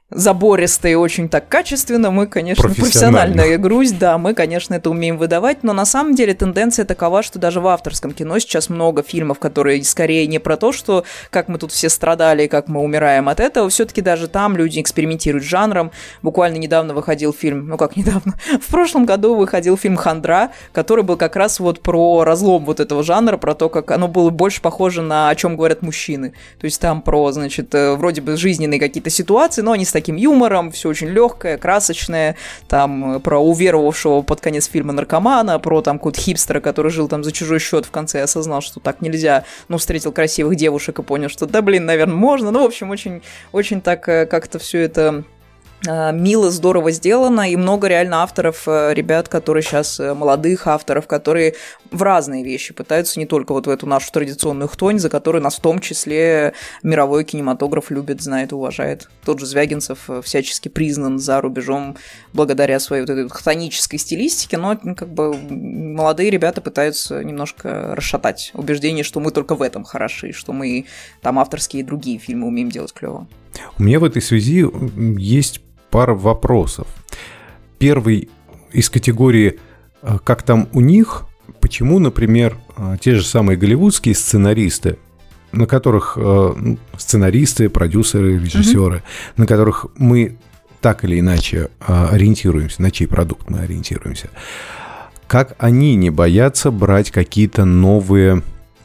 C: забористо и очень так качественно, мы, конечно, профессиональная грусть, да, мы, конечно, это умеем выдавать, но на самом деле тенденция такова, что даже в авторском кино сейчас много фильмов, которые скорее не про то, что как мы тут все страдали, как мы умираем от этого, все-таки даже там люди экспериментируют с жанром. Буквально недавно выходил фильм, ну как недавно, в прошлом году выходил фильм «Хандра», который был как раз вот про разлом вот этого жанра, про то, как оно было больше похоже на «О чем говорят мужчины». То есть там про, значит, вроде бы жизненные какие-то ситуации, но они с таким юмором, все очень легкое, красочное, там про уверовавшего под конец фильма наркомана, про там какого-то хипстера, который жил там за чужой счет, в конце осознал, что так нельзя, ну, встретил красивых девушек и понял, что да, блин, наверное, можно, ну, в общем, очень, очень так как-то все это мило, здорово сделано, и много реально авторов, ребят, которые сейчас, молодых авторов, которые в разные вещи пытаются, не только вот в эту нашу традиционную хтонь, за которую нас в том числе мировой кинематограф любит, знает, уважает. Тот же Звягинцев всячески признан за рубежом благодаря своей вот этой хтонической стилистике, но как бы молодые ребята пытаются немножко расшатать убеждение, что мы только в этом хороши, что мы там авторские и другие фильмы умеем делать клево.
A: У меня в этой связи есть пара вопросов. Первый из категории «как там у них?», почему, например, те же самые голливудские сценаристы, на которых сценаристы, продюсеры, режиссеры, mm-hmm. на которых мы так или иначе ориентируемся, на чей продукт мы ориентируемся, как они не боятся брать какие-то новые,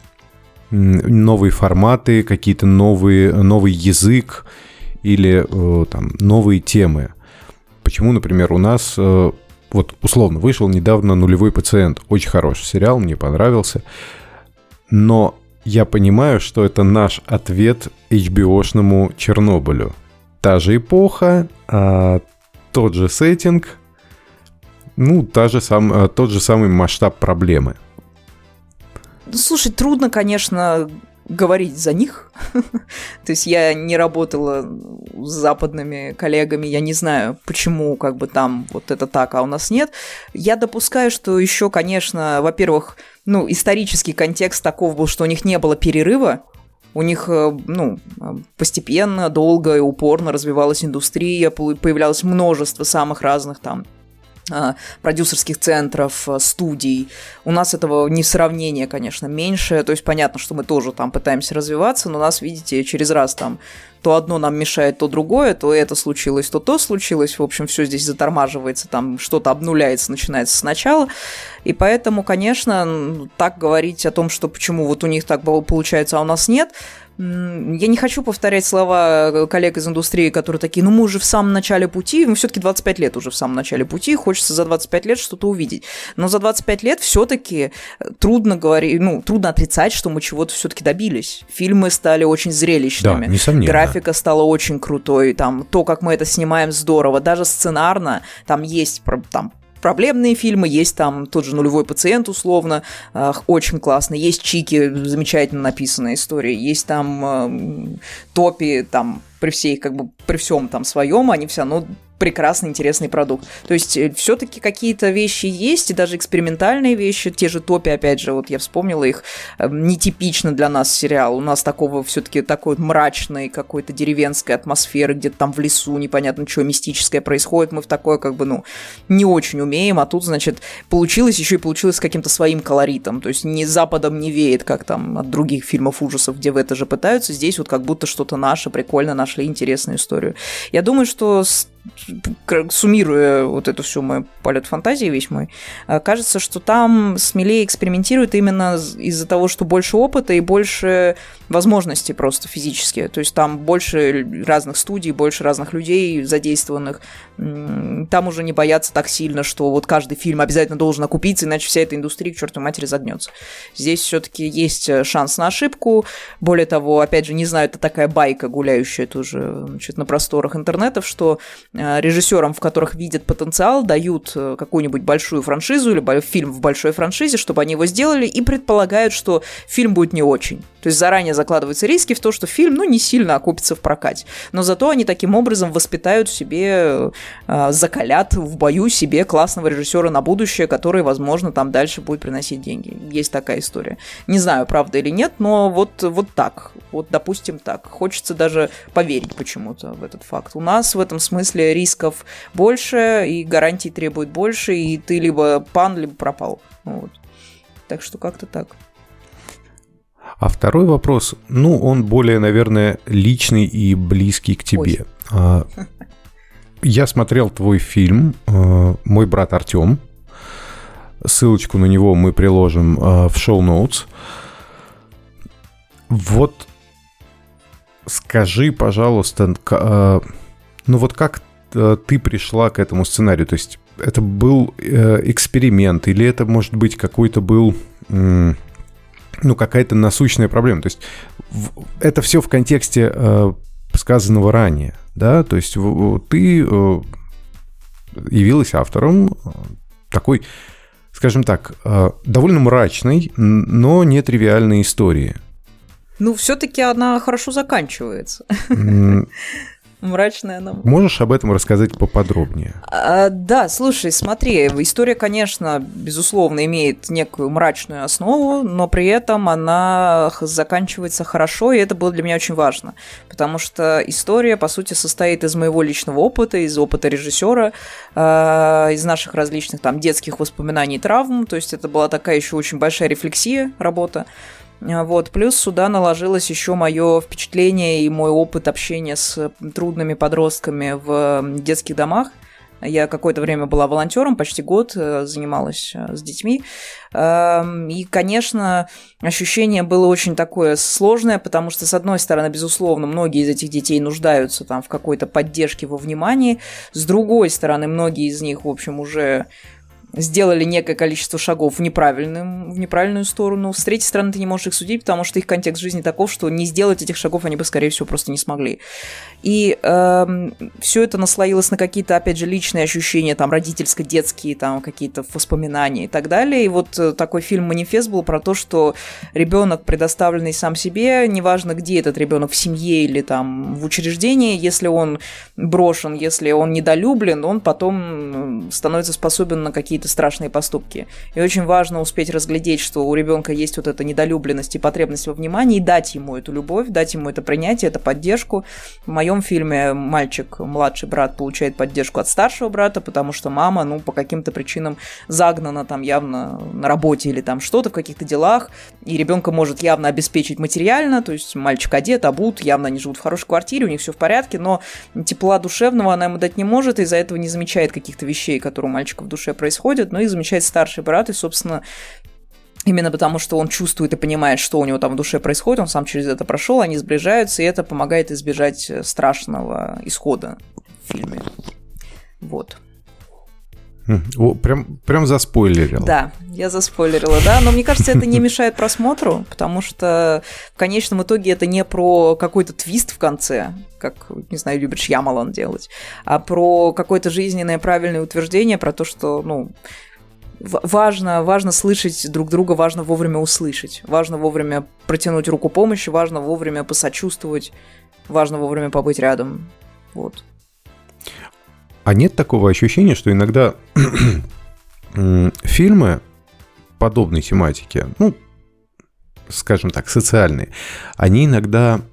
A: новые форматы, какие-то новые, новый язык, или э, там новые темы. Почему, например, у нас, э, вот условно, вышел недавно «Нулевой пациент». Очень хороший сериал, мне понравился. Но я понимаю, что это наш ответ эйч би о-шному «Чернобылю». Та же эпоха, э, тот же сеттинг, ну, та же сам, э, тот же самый масштаб проблемы.
C: Слушай, трудно, конечно, говорить за них. То есть я не работала с западными коллегами, я не знаю, почему как бы там вот это так, а у нас нет. Я допускаю, что еще, конечно, во-первых, ну, исторический контекст таков был, что у них не было перерыва. У них, ну, постепенно, долго и упорно развивалась индустрия, появлялось множество самых разных там продюсерских центров, студий. У нас этого не в сравнение, конечно, меньше. То есть понятно, что мы тоже там пытаемся развиваться, но нас, видите, через раз там то одно нам мешает, то другое, то это случилось, то то случилось. В общем, все здесь затормаживается, там что-то обнуляется, начинается сначала. И поэтому, конечно, так говорить о том, что почему вот у них так получается, а у нас нет, я не хочу повторять слова коллег из индустрии, которые такие, ну мы уже в самом начале пути, мы все-таки двадцать пять лет уже в самом начале пути, хочется за двадцать пять лет что-то увидеть. Но за двадцать пять лет все-таки трудно говорить, ну, трудно отрицать, что мы чего-то все-таки добились. Фильмы стали очень зрелищными.
A: Да, несомненно.
C: Графика стала очень крутой, там, то, как мы это снимаем, здорово. Даже сценарно там есть там проблемные фильмы, есть там тот же «Нулевой пациент», условно, э, очень классно, есть «Чики», замечательно написанная история, есть там э, «Топи», там, при всей, как бы, при всем там своем, они все равно прекрасный, интересный продукт. То есть все-таки какие-то вещи есть, и даже экспериментальные вещи, те же «Топи», опять же, вот я вспомнила их, нетипично для нас сериал. У нас такого все-таки такой вот мрачной какой-то деревенской атмосферы, где-то там в лесу непонятно что мистическое происходит. Мы в такое как бы, ну, не очень умеем, а тут, значит, получилось, еще и получилось с каким-то своим колоритом. То есть ни западом не веет, как там от других фильмов ужасов, где в это же пытаются. Здесь вот как будто что-то наше, прикольно, нашли интересную историю. Я думаю, что суммируя вот эту всю мою полет фантазии весь мой, кажется, что там смелее экспериментируют именно из-за того, что больше опыта и больше возможностей просто физически. То есть там больше разных студий, больше разных людей задействованных. Там уже не боятся так сильно, что вот каждый фильм обязательно должен окупиться, иначе вся эта индустрия к чертовой матери загнется. Здесь все-таки есть шанс на ошибку. Более того, опять же, не знаю, это такая байка, гуляющая тоже, значит, на просторах интернетов, что режиссерам, в которых видят потенциал, дают какую-нибудь большую франшизу или фильм в большой франшизе, чтобы они его сделали, и предполагают, что фильм будет не очень. То есть заранее закладываются риски в то, что фильм, ну, не сильно окупится в прокате. Но зато они таким образом воспитают в себе, э, закалят в бою себе классного режиссера на будущее, который, возможно, там дальше будет приносить деньги. Есть такая история. Не знаю, правда или нет, но вот, вот так. Вот, допустим, так. Хочется даже поверить почему-то в этот факт. У нас в этом смысле рисков больше, и гарантий требует больше, и ты либо пан, либо пропал. Вот. Так что как-то так.
A: А второй вопрос, ну, он более, наверное, личный и близкий к тебе. Ой. Я смотрел твой фильм «Мой брат Артем». Ссылочку на него мы приложим в шоу-ноутс. Вот скажи, пожалуйста, ну вот как ты пришла к этому сценарию? То есть это был эксперимент или это, может быть, какой-то был... ну, какая-то насущная проблема. То есть в, это все в контексте э, сказанного ранее, да, то есть в, ты э, явилась автором э, такой, скажем так, э, довольно мрачной, но не тривиальной истории.
C: Ну, все-таки она хорошо заканчивается. Мрачная она.
A: Можешь об этом рассказать поподробнее?
C: А, да, слушай, смотри, история, конечно, безусловно, имеет некую мрачную основу, но при этом она заканчивается хорошо, и это было для меня очень важно, потому что история, по сути, состоит из моего личного опыта, из опыта режиссера, э, из наших различных там детских воспоминаний и травм, то есть это была такая еще очень большая рефлексия, работа. Вот. Плюс сюда наложилось еще мое впечатление и мой опыт общения с трудными подростками в детских домах. Я какое-то время была волонтером, почти год занималась с детьми. И, конечно, ощущение было очень такое сложное, потому что, с одной стороны, безусловно, многие из этих детей нуждаются там в какой-то поддержке, во внимании. С другой стороны, многие из них, в общем, уже... сделали некое количество шагов в, неправильную, в неправильную сторону. С третьей стороны, ты не можешь их судить, потому что их контекст жизни таков, что не сделать этих шагов они бы, скорее всего, просто не смогли. И э, все это наслоилось на какие-то, опять же, личные ощущения, там, родительско-детские, там, какие-то воспоминания и так далее. И вот такой фильм-манифест был про то, что ребенок, предоставленный сам себе, неважно, где этот ребенок, в семье или там в учреждении, если он брошен, если он недолюблен, он потом становится способен на какие-то страшные поступки. И очень важно успеть разглядеть, что у ребенка есть вот эта недолюбленность и потребность во внимании, и дать ему эту любовь, дать ему это принятие, эту поддержку. В моем фильме мальчик, младший брат, получает поддержку от старшего брата, потому что мама, ну, по каким-то причинам загнана там явно на работе или там что-то в каких-то делах, и ребенка может явно обеспечить материально, то есть мальчик одет, обут, явно они живут в хорошей квартире, у них все в порядке, но тепла душевного она ему дать не может, и из-за этого не замечает каких-то вещей, которые у мальчика в душе происходят. Но их замечает старший брат, и, собственно, именно потому, что он чувствует и понимает, что у него там в душе происходит, он сам через это прошел, они сближаются, и это помогает избежать страшного исхода в фильме. Вот.
A: О, прям, прям заспойлерила.
C: Да, я заспойлерила, да, но мне кажется, это не мешает просмотру, потому что в конечном итоге это не про какой-то твист в конце, как, не знаю, любит Шьямалан делать, а про какое-то жизненное правильное утверждение, про то, что, ну, важно, важно слышать друг друга, важно вовремя услышать, важно вовремя протянуть руку помощи, важно вовремя посочувствовать, важно вовремя побыть рядом, вот.
A: А нет такого ощущения, что иногда фильмы подобной тематики, ну, скажем так, социальные, они иногда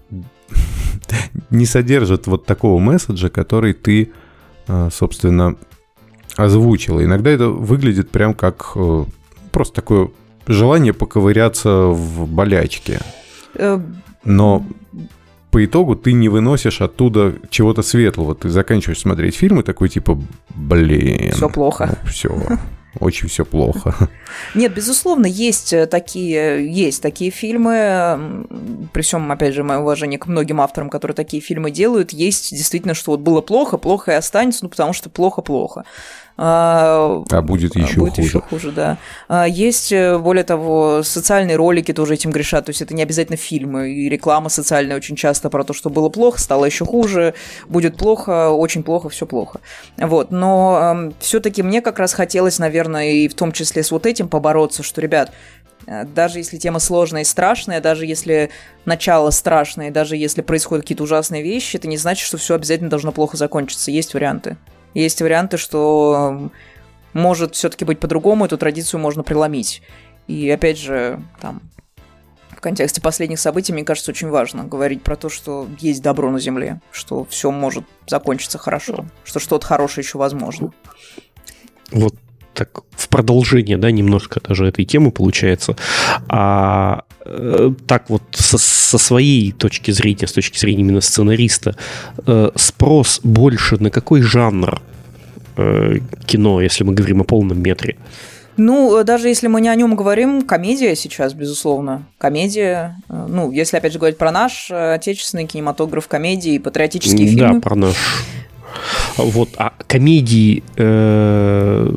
A: не содержат вот такого месседжа, который ты, собственно, озвучила. Иногда это выглядит прям как просто такое желание поковыряться в болячке. Но по итогу ты не выносишь оттуда чего-то светлого. Ты заканчиваешь смотреть фильм и такой типа, блин.
C: Все плохо.
A: Ну, все. Очень все плохо.
C: Нет, безусловно, есть такие, есть такие фильмы. При всем, опять же, мое уважение к многим авторам, которые такие фильмы делают. Есть действительно, что вот было плохо, плохо и останется, ну, потому что плохо-плохо.
A: А, а будет еще
C: будет
A: хуже.
C: еще хуже, да. Есть, более того, социальные ролики тоже этим грешат, то есть это не обязательно фильмы, и реклама социальная очень часто про то, что было плохо, стало еще хуже, будет плохо, очень плохо, все плохо. Вот, но э, все-таки мне как раз хотелось, наверное, и в том числе с вот этим побороться, что, ребят, Даже если тема сложная и страшная, даже если начало страшное, даже если происходят какие-то ужасные вещи, это не значит, что все обязательно должно плохо закончиться. Есть варианты. Есть варианты, что может все-таки быть по-другому, эту традицию можно преломить. И опять же, там, в контексте последних событий, мне кажется, очень важно говорить про то, что есть добро на земле, что все может закончиться хорошо, что что-то хорошее еще возможно.
B: Вот так в продолжение, да, немножко даже этой темы получается. А э, так вот со, со своей точки зрения, с точки зрения именно сценариста, э, спрос больше на какой жанр э, кино, если мы говорим о полном метре?
C: Ну, даже если мы не о нем говорим, комедия сейчас, безусловно. Комедия. Ну, если, опять же, говорить про наш отечественный кинематограф, комедии, патриотические
B: да,
C: фильмы.
B: Да, про наш. Вот, а комедии... Э,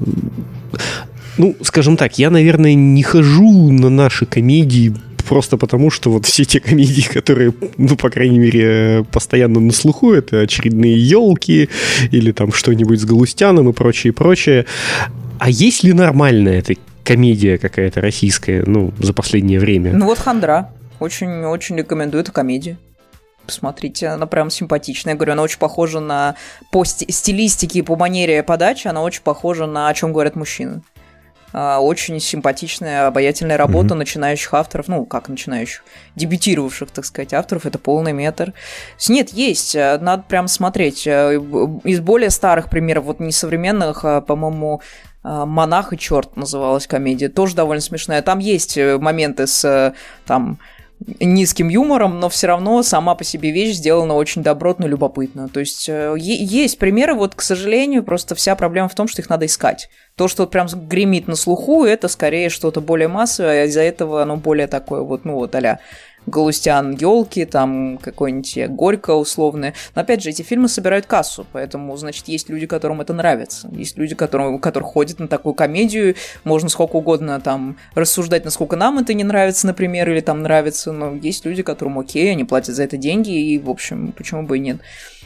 B: ну, скажем так, я, наверное, не хожу на наши комедии просто потому, что вот все те комедии, которые, ну, по крайней мере, постоянно на слуху, это очередные «Елки» или там что-нибудь с Галустяном и прочее, прочее. А есть ли нормальная эта комедия какая-то российская, ну, за последнее время?
C: Ну вот «Хандра». Очень-очень рекомендую эту комедию. Посмотрите, она прям симпатичная. Я говорю, она очень похожа на... По стилистике и по манере подачи она очень похожа на «О чем говорят мужчины». Очень симпатичная, обаятельная работа mm-hmm. начинающих авторов, ну, как начинающих, дебютировавших, так сказать, авторов, это полный метр. Нет, есть, надо прям смотреть. Из более старых примеров, вот не современных, а, по-моему, «Монах и черт» называлась комедия, тоже довольно смешная. Там есть моменты с, там, низким юмором, но все равно сама по себе вещь сделана очень добротно и любопытно. То есть е- есть примеры, вот, к сожалению, просто вся проблема в том, что их надо искать. То, что вот прям гремит на слуху, это скорее что-то более массовое, а из-за этого оно более такое вот, ну вот а-ля Галустян, «Елки», там какой-нибудь Горько условное. Но опять же, эти фильмы собирают кассу, поэтому, значит, есть люди, которым это нравится. Есть люди, которые, которые ходят на такую комедию, можно сколько угодно там рассуждать, насколько нам это не нравится, например, или там нравится, но есть люди, которым окей, они платят за это деньги, и, в общем, почему бы и нет.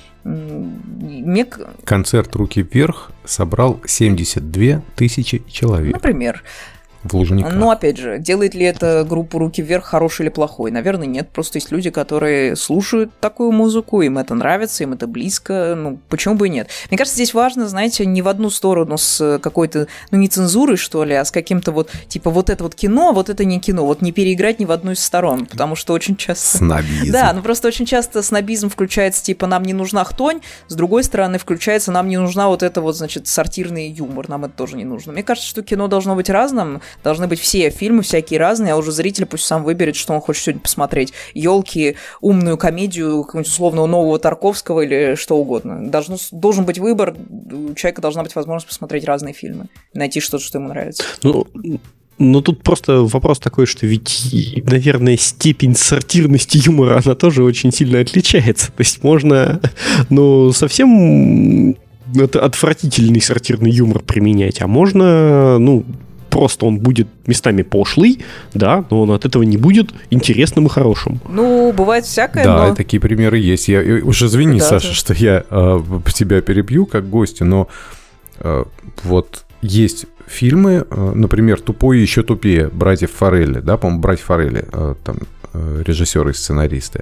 C: Мне...
A: Концерт «Руки вверх» собрал семьдесят две тысячи человек.
C: Например.
A: В Лужниках.
C: Но, опять же, делает ли это группу «Руки вверх» хорошей или плохой? Наверное, нет. Просто есть люди, которые слушают такую музыку, им это нравится, им это близко. Ну, почему бы и нет? Мне кажется, здесь важно, знаете, не в одну сторону с какой-то, ну, не цензурой, что ли, а с каким-то вот, типа, вот это вот кино, а вот это не кино. Вот не переиграть ни в одну из сторон, потому что очень часто...
A: Снобизм.
C: Да, ну просто очень часто снобизм включается, типа, нам не нужна хтонь, с другой стороны, включается, нам не нужна вот это вот, значит, сортирный юмор, нам это тоже не нужно. Мне кажется, что кино должно быть разным, должны быть все фильмы всякие разные, а уже зритель пусть сам выберет, что он хочет сегодня посмотреть. «Елки», умную комедию, какого-нибудь условного нового Тарковского или что угодно. Должен, должен быть выбор, у человека должна быть возможность посмотреть разные фильмы, найти что-то, что ему нравится.
B: Ну, ну тут просто вопрос такой, что ведь, наверное, степень сортирности юмора, она тоже очень сильно отличается. То есть можно, ну, совсем это отвратительный сортирный юмор применять, а можно, ну, просто он будет местами пошлый, да, но он от этого не будет интересным и хорошим.
C: Ну, бывает всякое,
A: да,
C: но...
A: такие примеры есть. Я, я уж извини,
C: да,
A: Саша,
C: да.
A: что я э, тебя перебью как гостя, но э, вот есть фильмы, э, например, «Тупой и еще тупее» братьев Фаррелли, да, по-моему, братья Фаррелли, э, там, э, режиссеры и сценаристы.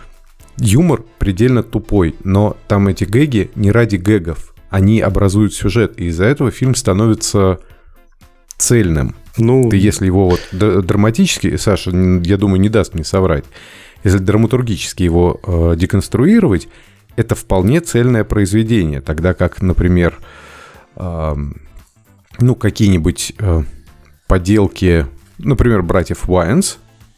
A: Юмор предельно тупой, но там эти гэги не ради гэгов, они образуют сюжет, и из-за этого фильм становится... цельным. Ну, ты если его вот драматически, Саша, я думаю, не даст мне соврать, если драматургически его э, деконструировать, это вполне цельное произведение, тогда как, например, э, ну, какие-нибудь э, поделки, например, братьев Уайнс,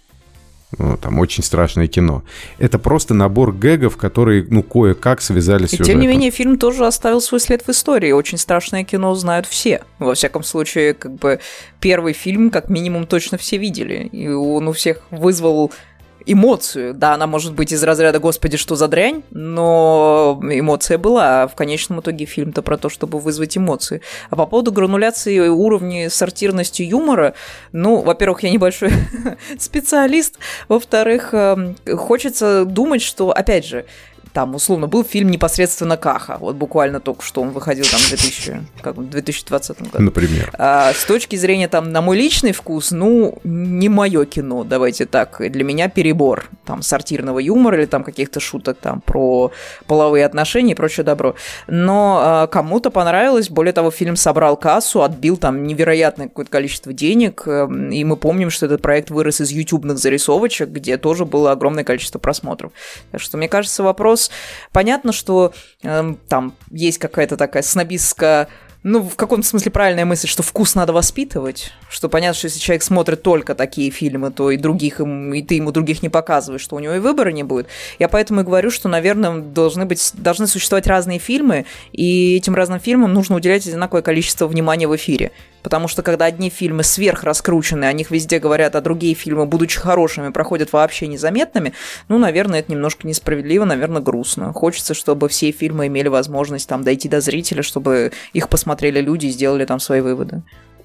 A: ну, там очень страшное кино. Это просто набор гэгов, которые, ну, кое-как связали сюжет.
C: И тем не менее, фильм тоже оставил свой след в истории. Очень страшное кино знают все. Во всяком случае, как бы первый фильм, как минимум, точно все видели. И он у всех вызвал эмоцию. Да, она может быть из разряда «Господи, что за дрянь?», но эмоция была. А в конечном итоге фильм-то про то, чтобы вызвать эмоции. А по поводу грануляции уровня сортирности юмора, ну, во-первых, я небольшой специалист, во-вторых, хочется думать, что, опять же, там, условно, был фильм непосредственно Каха, вот буквально только что он выходил там в две тысячи, как, в две тысячи двадцатом году.
A: Например.
C: А, с точки зрения, там, на мой личный вкус, ну, не мое кино, давайте так, для меня перебор, там, сортирного юмора или там каких-то шуток там про половые отношения и прочее добро. Но а, кому-то понравилось, более того, фильм собрал кассу, отбил там невероятное какое-то количество денег, и мы помним, что этот проект вырос из ютубных зарисовочек, где тоже было огромное количество просмотров. Так что, мне кажется, вопрос... Понятно, что э, там есть какая-то такая снобистская... Ну, в каком-то смысле правильная мысль, что вкус надо воспитывать, что понятно, что если человек смотрит только такие фильмы, то и других им, и ты ему других не показываешь, что у него и выбора не будет. Я поэтому и говорю, что, наверное, должны быть, должны существовать разные фильмы, и этим разным фильмам нужно уделять одинаковое количество внимания в эфире. Потому что когда одни фильмы сверхраскручены, о них везде говорят, а другие фильмы, будучи хорошими, проходят вообще незаметными, ну, наверное, это немножко несправедливо, наверное, грустно. Хочется, чтобы все фильмы имели возможность там дойти до зрителя, чтобы их посмотрели люди и сделали там свои выводы.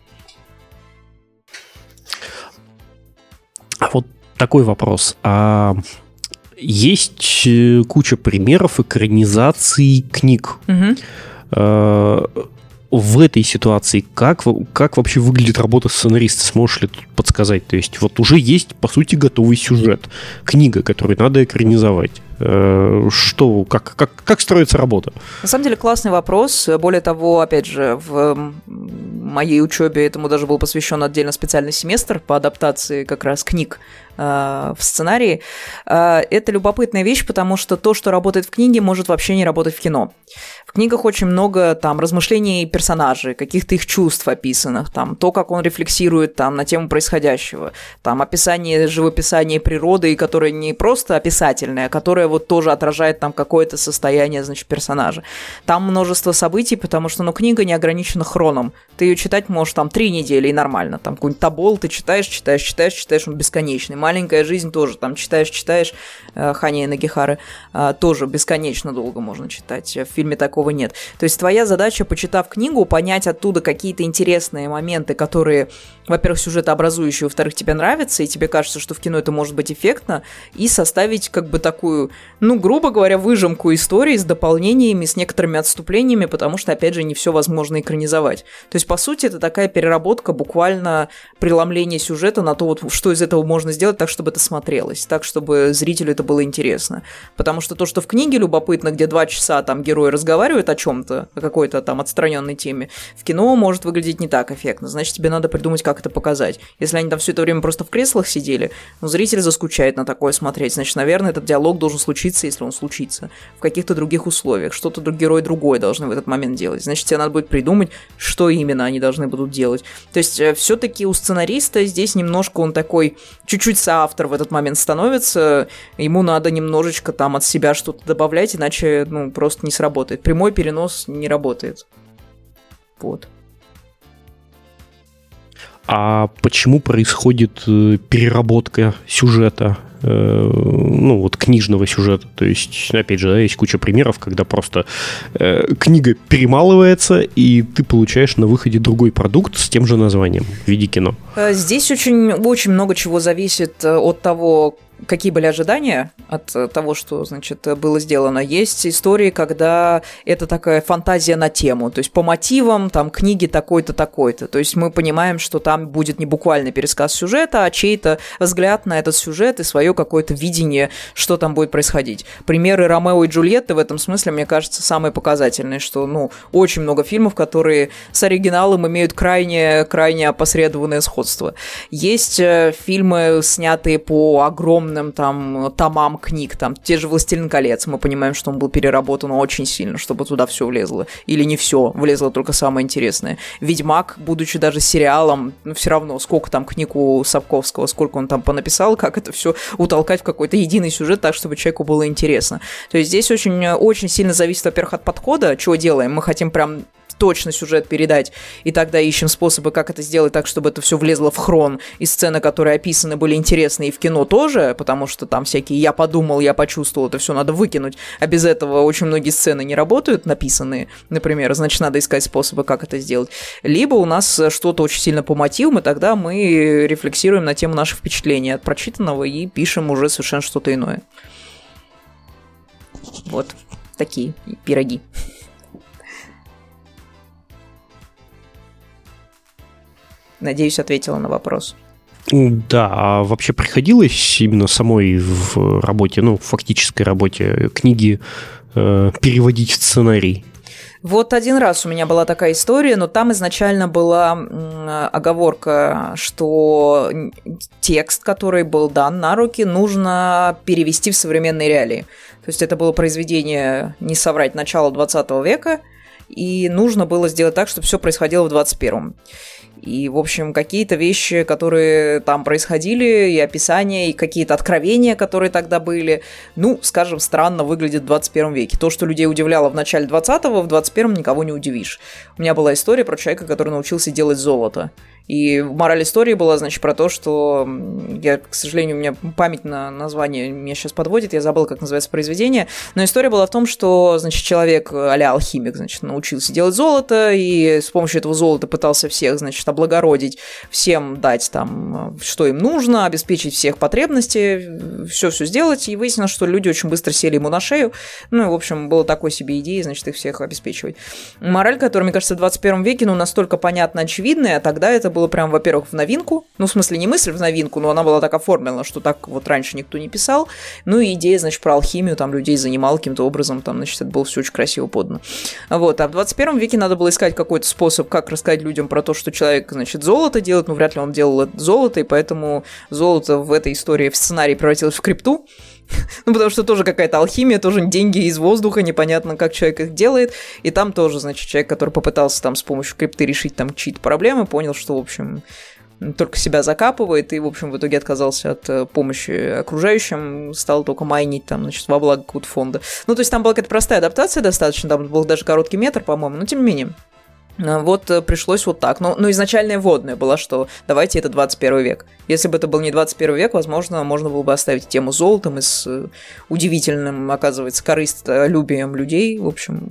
B: А вот такой вопрос. А есть куча примеров экранизаций книг.
C: Угу.
B: В этой ситуации как, как вообще выглядит работа сценариста? Сможешь ли тут подсказать? То есть вот уже есть, по сути, готовый сюжет. Книга, которую надо экранизовать. Что, как, как, как строится работа? На
C: самом деле классный вопрос. Более того, опять же, в моей учебе этому даже был посвящен отдельно специальный семестр по адаптации как раз книг в сценарии. Это любопытная вещь, потому что то, что работает в книге, может вообще не работать в кино. В книгах очень много там размышлений персонажей, каких-то их чувств описанных, там, то, как он рефлексирует там, на тему происходящего, там, описание, живописание природы, которое не просто описательное, а которое вот тоже отражает там какое-то состояние, значит, персонажа. Там множество событий, потому что, ну, книга не ограничена хроном. Ты ее читать можешь там три недели и нормально. Там какой-нибудь Тобол ты читаешь, читаешь, читаешь, читаешь, он бесконечный. «Маленькая жизнь» тоже там читаешь, читаешь, Хани Нагихары тоже бесконечно долго можно читать. В фильме такого нет. То есть твоя задача, почитав книгу, понять оттуда какие-то интересные моменты, которые, во-первых, сюжетообразующие, во-вторых, тебе нравятся, и тебе кажется, что в кино это может быть эффектно, и составить как бы такую, ну, грубо говоря, выжимку истории с дополнениями, с некоторыми отступлениями, потому что, опять же, не все возможно экранизовать. То есть, по сути, это такая переработка, буквально преломление сюжета на то, вот, что из этого можно сделать так, чтобы это смотрелось, так, чтобы зрителю это было интересно. Потому что то, что в книге любопытно, где два часа там герои разговаривают о чем-то, о какой-то там отстраненной теме, в кино может выглядеть не так эффектно. Значит, тебе надо придумать, как это показать. Если они там все это время просто в креслах сидели, ну, зритель заскучает на такое смотреть. Значит, наверное, этот диалог должен случиться, если он случится, в каких-то других условиях. Что-то герой другой должны в этот момент делать. Значит, тебе надо будет придумать, что именно они должны будут делать. То есть, все-таки у сценариста здесь немножко он такой, чуть-чуть соавтор в этот момент становится, ему надо немножечко там от себя что-то добавлять, иначе, ну, просто не сработает. Прямой перенос не работает. Вот.
B: А почему происходит переработка сюжета, ну, вот книжного сюжета? То есть, опять же, да, есть куча примеров, когда просто э, книга перемалывается, и ты получаешь на выходе другой продукт с тем же названием в виде кино.
C: Здесь очень, очень много чего зависит от того, какие были ожидания от того, что, значит, было сделано. Есть истории, когда это такая фантазия на тему, то есть по мотивам там книги такой-то, такой-то. То есть мы понимаем, что там будет не буквальный пересказ сюжета, а чей-то взгляд на этот сюжет и свое какое-то видение, что там будет происходить. Примеры Ромео и Джульетты в этом смысле, мне кажется, самые показательные, что, ну, очень много фильмов, которые с оригиналом имеют крайне, крайне опосредованное сходство. Есть фильмы, снятые по огромным там томам книг, там те же «Властелин колец», мы понимаем, что он был переработан очень сильно, чтобы туда все влезло. Или не все, влезло только самое интересное. «Ведьмак», будучи даже сериалом, ну, все равно, сколько там книг у Сапковского, сколько он там понаписал, как это все утолкать в какой-то единый сюжет так, чтобы человеку было интересно. То есть здесь очень, очень сильно зависит, во-первых, от подхода, чего делаем. Мы хотим прям точно сюжет передать, и тогда ищем способы, как это сделать так, чтобы это все влезло в хрон, и сцены, которые описаны, были интересны и в кино тоже, потому что там всякие «я подумал», «я почувствовал», это все надо выкинуть, а без этого очень многие сцены не работают, написанные, например, значит, надо искать способы, как это сделать. Либо у нас что-то очень сильно по мотивам, и тогда мы рефлексируем на тему наших впечатлений от прочитанного и пишем уже совершенно что-то иное. Вот такие пироги. Надеюсь, ответила на вопрос.
B: Да, а вообще приходилось именно самой в работе, ну, в фактической работе книги э, переводить в сценарий?
C: Вот один раз у меня была такая история, но там изначально была оговорка, что текст, который был дан на руки, нужно перевести в современные реалии. То есть это было произведение, не соврать, начала двадцатого века, и нужно было сделать так, чтобы все происходило в двадцать первом. И, в общем, какие-то вещи, которые там происходили, и описания, и какие-то откровения, которые тогда были, ну, скажем, странно выглядят в двадцать первом веке. То, что людей удивляло в начале двадцатого, в двадцать первом никого не удивишь. У меня была история про человека, который научился делать золото. И мораль истории была, значит, про то, что я, к сожалению, у меня память на название меня сейчас подводит, я забыла, как называется произведение, но история была в том, что, значит, человек а-ля алхимик, значит, научился делать золото, и с помощью этого золота пытался всех, значит, облагородить, всем дать там, что им нужно, обеспечить всех потребности, все-все сделать, и выяснилось, что люди очень быстро сели ему на шею, ну, и, в общем, было такой себе идеей, значит, их всех обеспечивать. Мораль, которая, мне кажется, в двадцать первом веке, ну, настолько понятна, очевидная, а тогда это было прям, во-первых, в новинку, ну, в смысле, не мысль в новинку, но она была так оформлена, что так вот раньше никто не писал, ну, и идея, значит, про алхимию, там, людей занимал каким-то образом, там, значит, это было все очень красиво подано. Вот, а в двадцать первом веке надо было искать какой-то способ, как рассказать людям про то, что человек, значит, золото делает, ну, вряд ли он делал это золото, и поэтому золото в этой истории, в сценарии превратилось в крипту. Ну, потому что тоже какая-то алхимия, тоже деньги из воздуха, непонятно, как человек их делает. И там тоже, значит, человек, который попытался там с помощью крипты решить там чьи-то проблемы, понял, что, в общем, только себя закапывает, и, в общем, в итоге отказался от помощи окружающим, стал только майнить там, значит, во благо какого-то фонда. Ну, то есть там была какая-то простая адаптация достаточно, там был даже короткий метр, по-моему, но тем не менее. Вот пришлось вот так. Но, но изначальная вводная была, что давайте это двадцать первый век. Если бы это был не двадцать первый век, возможно, можно было бы оставить тему золотом и с удивительным, оказывается, корыстолюбием людей. В общем,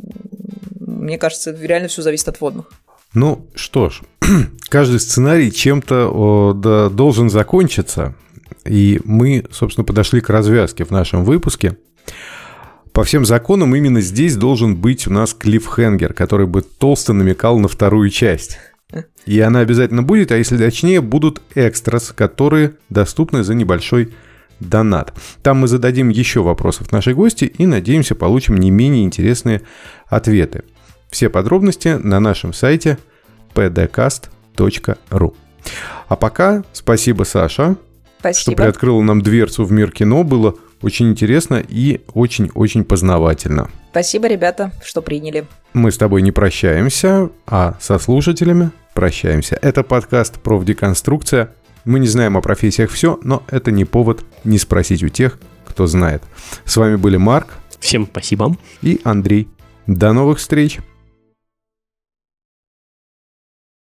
C: мне кажется, реально все зависит от вводных.
A: Ну, что ж, каждый сценарий чем-то о, да, должен закончиться. И мы, собственно, подошли к развязке в нашем выпуске. По всем законам именно здесь должен быть у нас клиффхенгер, который бы толсто намекал на вторую часть. И она обязательно будет, а если точнее, будут экстрас, которые доступны за небольшой донат. Там мы зададим еще вопросов нашей гости и, надеемся, получим не менее интересные ответы. Все подробности на нашем сайте пи ди каст точка ру. А пока спасибо, Саша,
C: спасибо,
A: что приоткрыла нам дверцу в мир кино. Было очень интересно и очень-очень познавательно.
C: Спасибо, ребята, что приняли.
A: Мы с тобой не прощаемся, а со слушателями прощаемся. Это подкаст «Профдеконструкция». Мы не знаем о профессиях все, но это не повод не спросить у тех, кто знает. С вами были Марк.
B: Всем спасибо.
A: И Андрей. До новых встреч.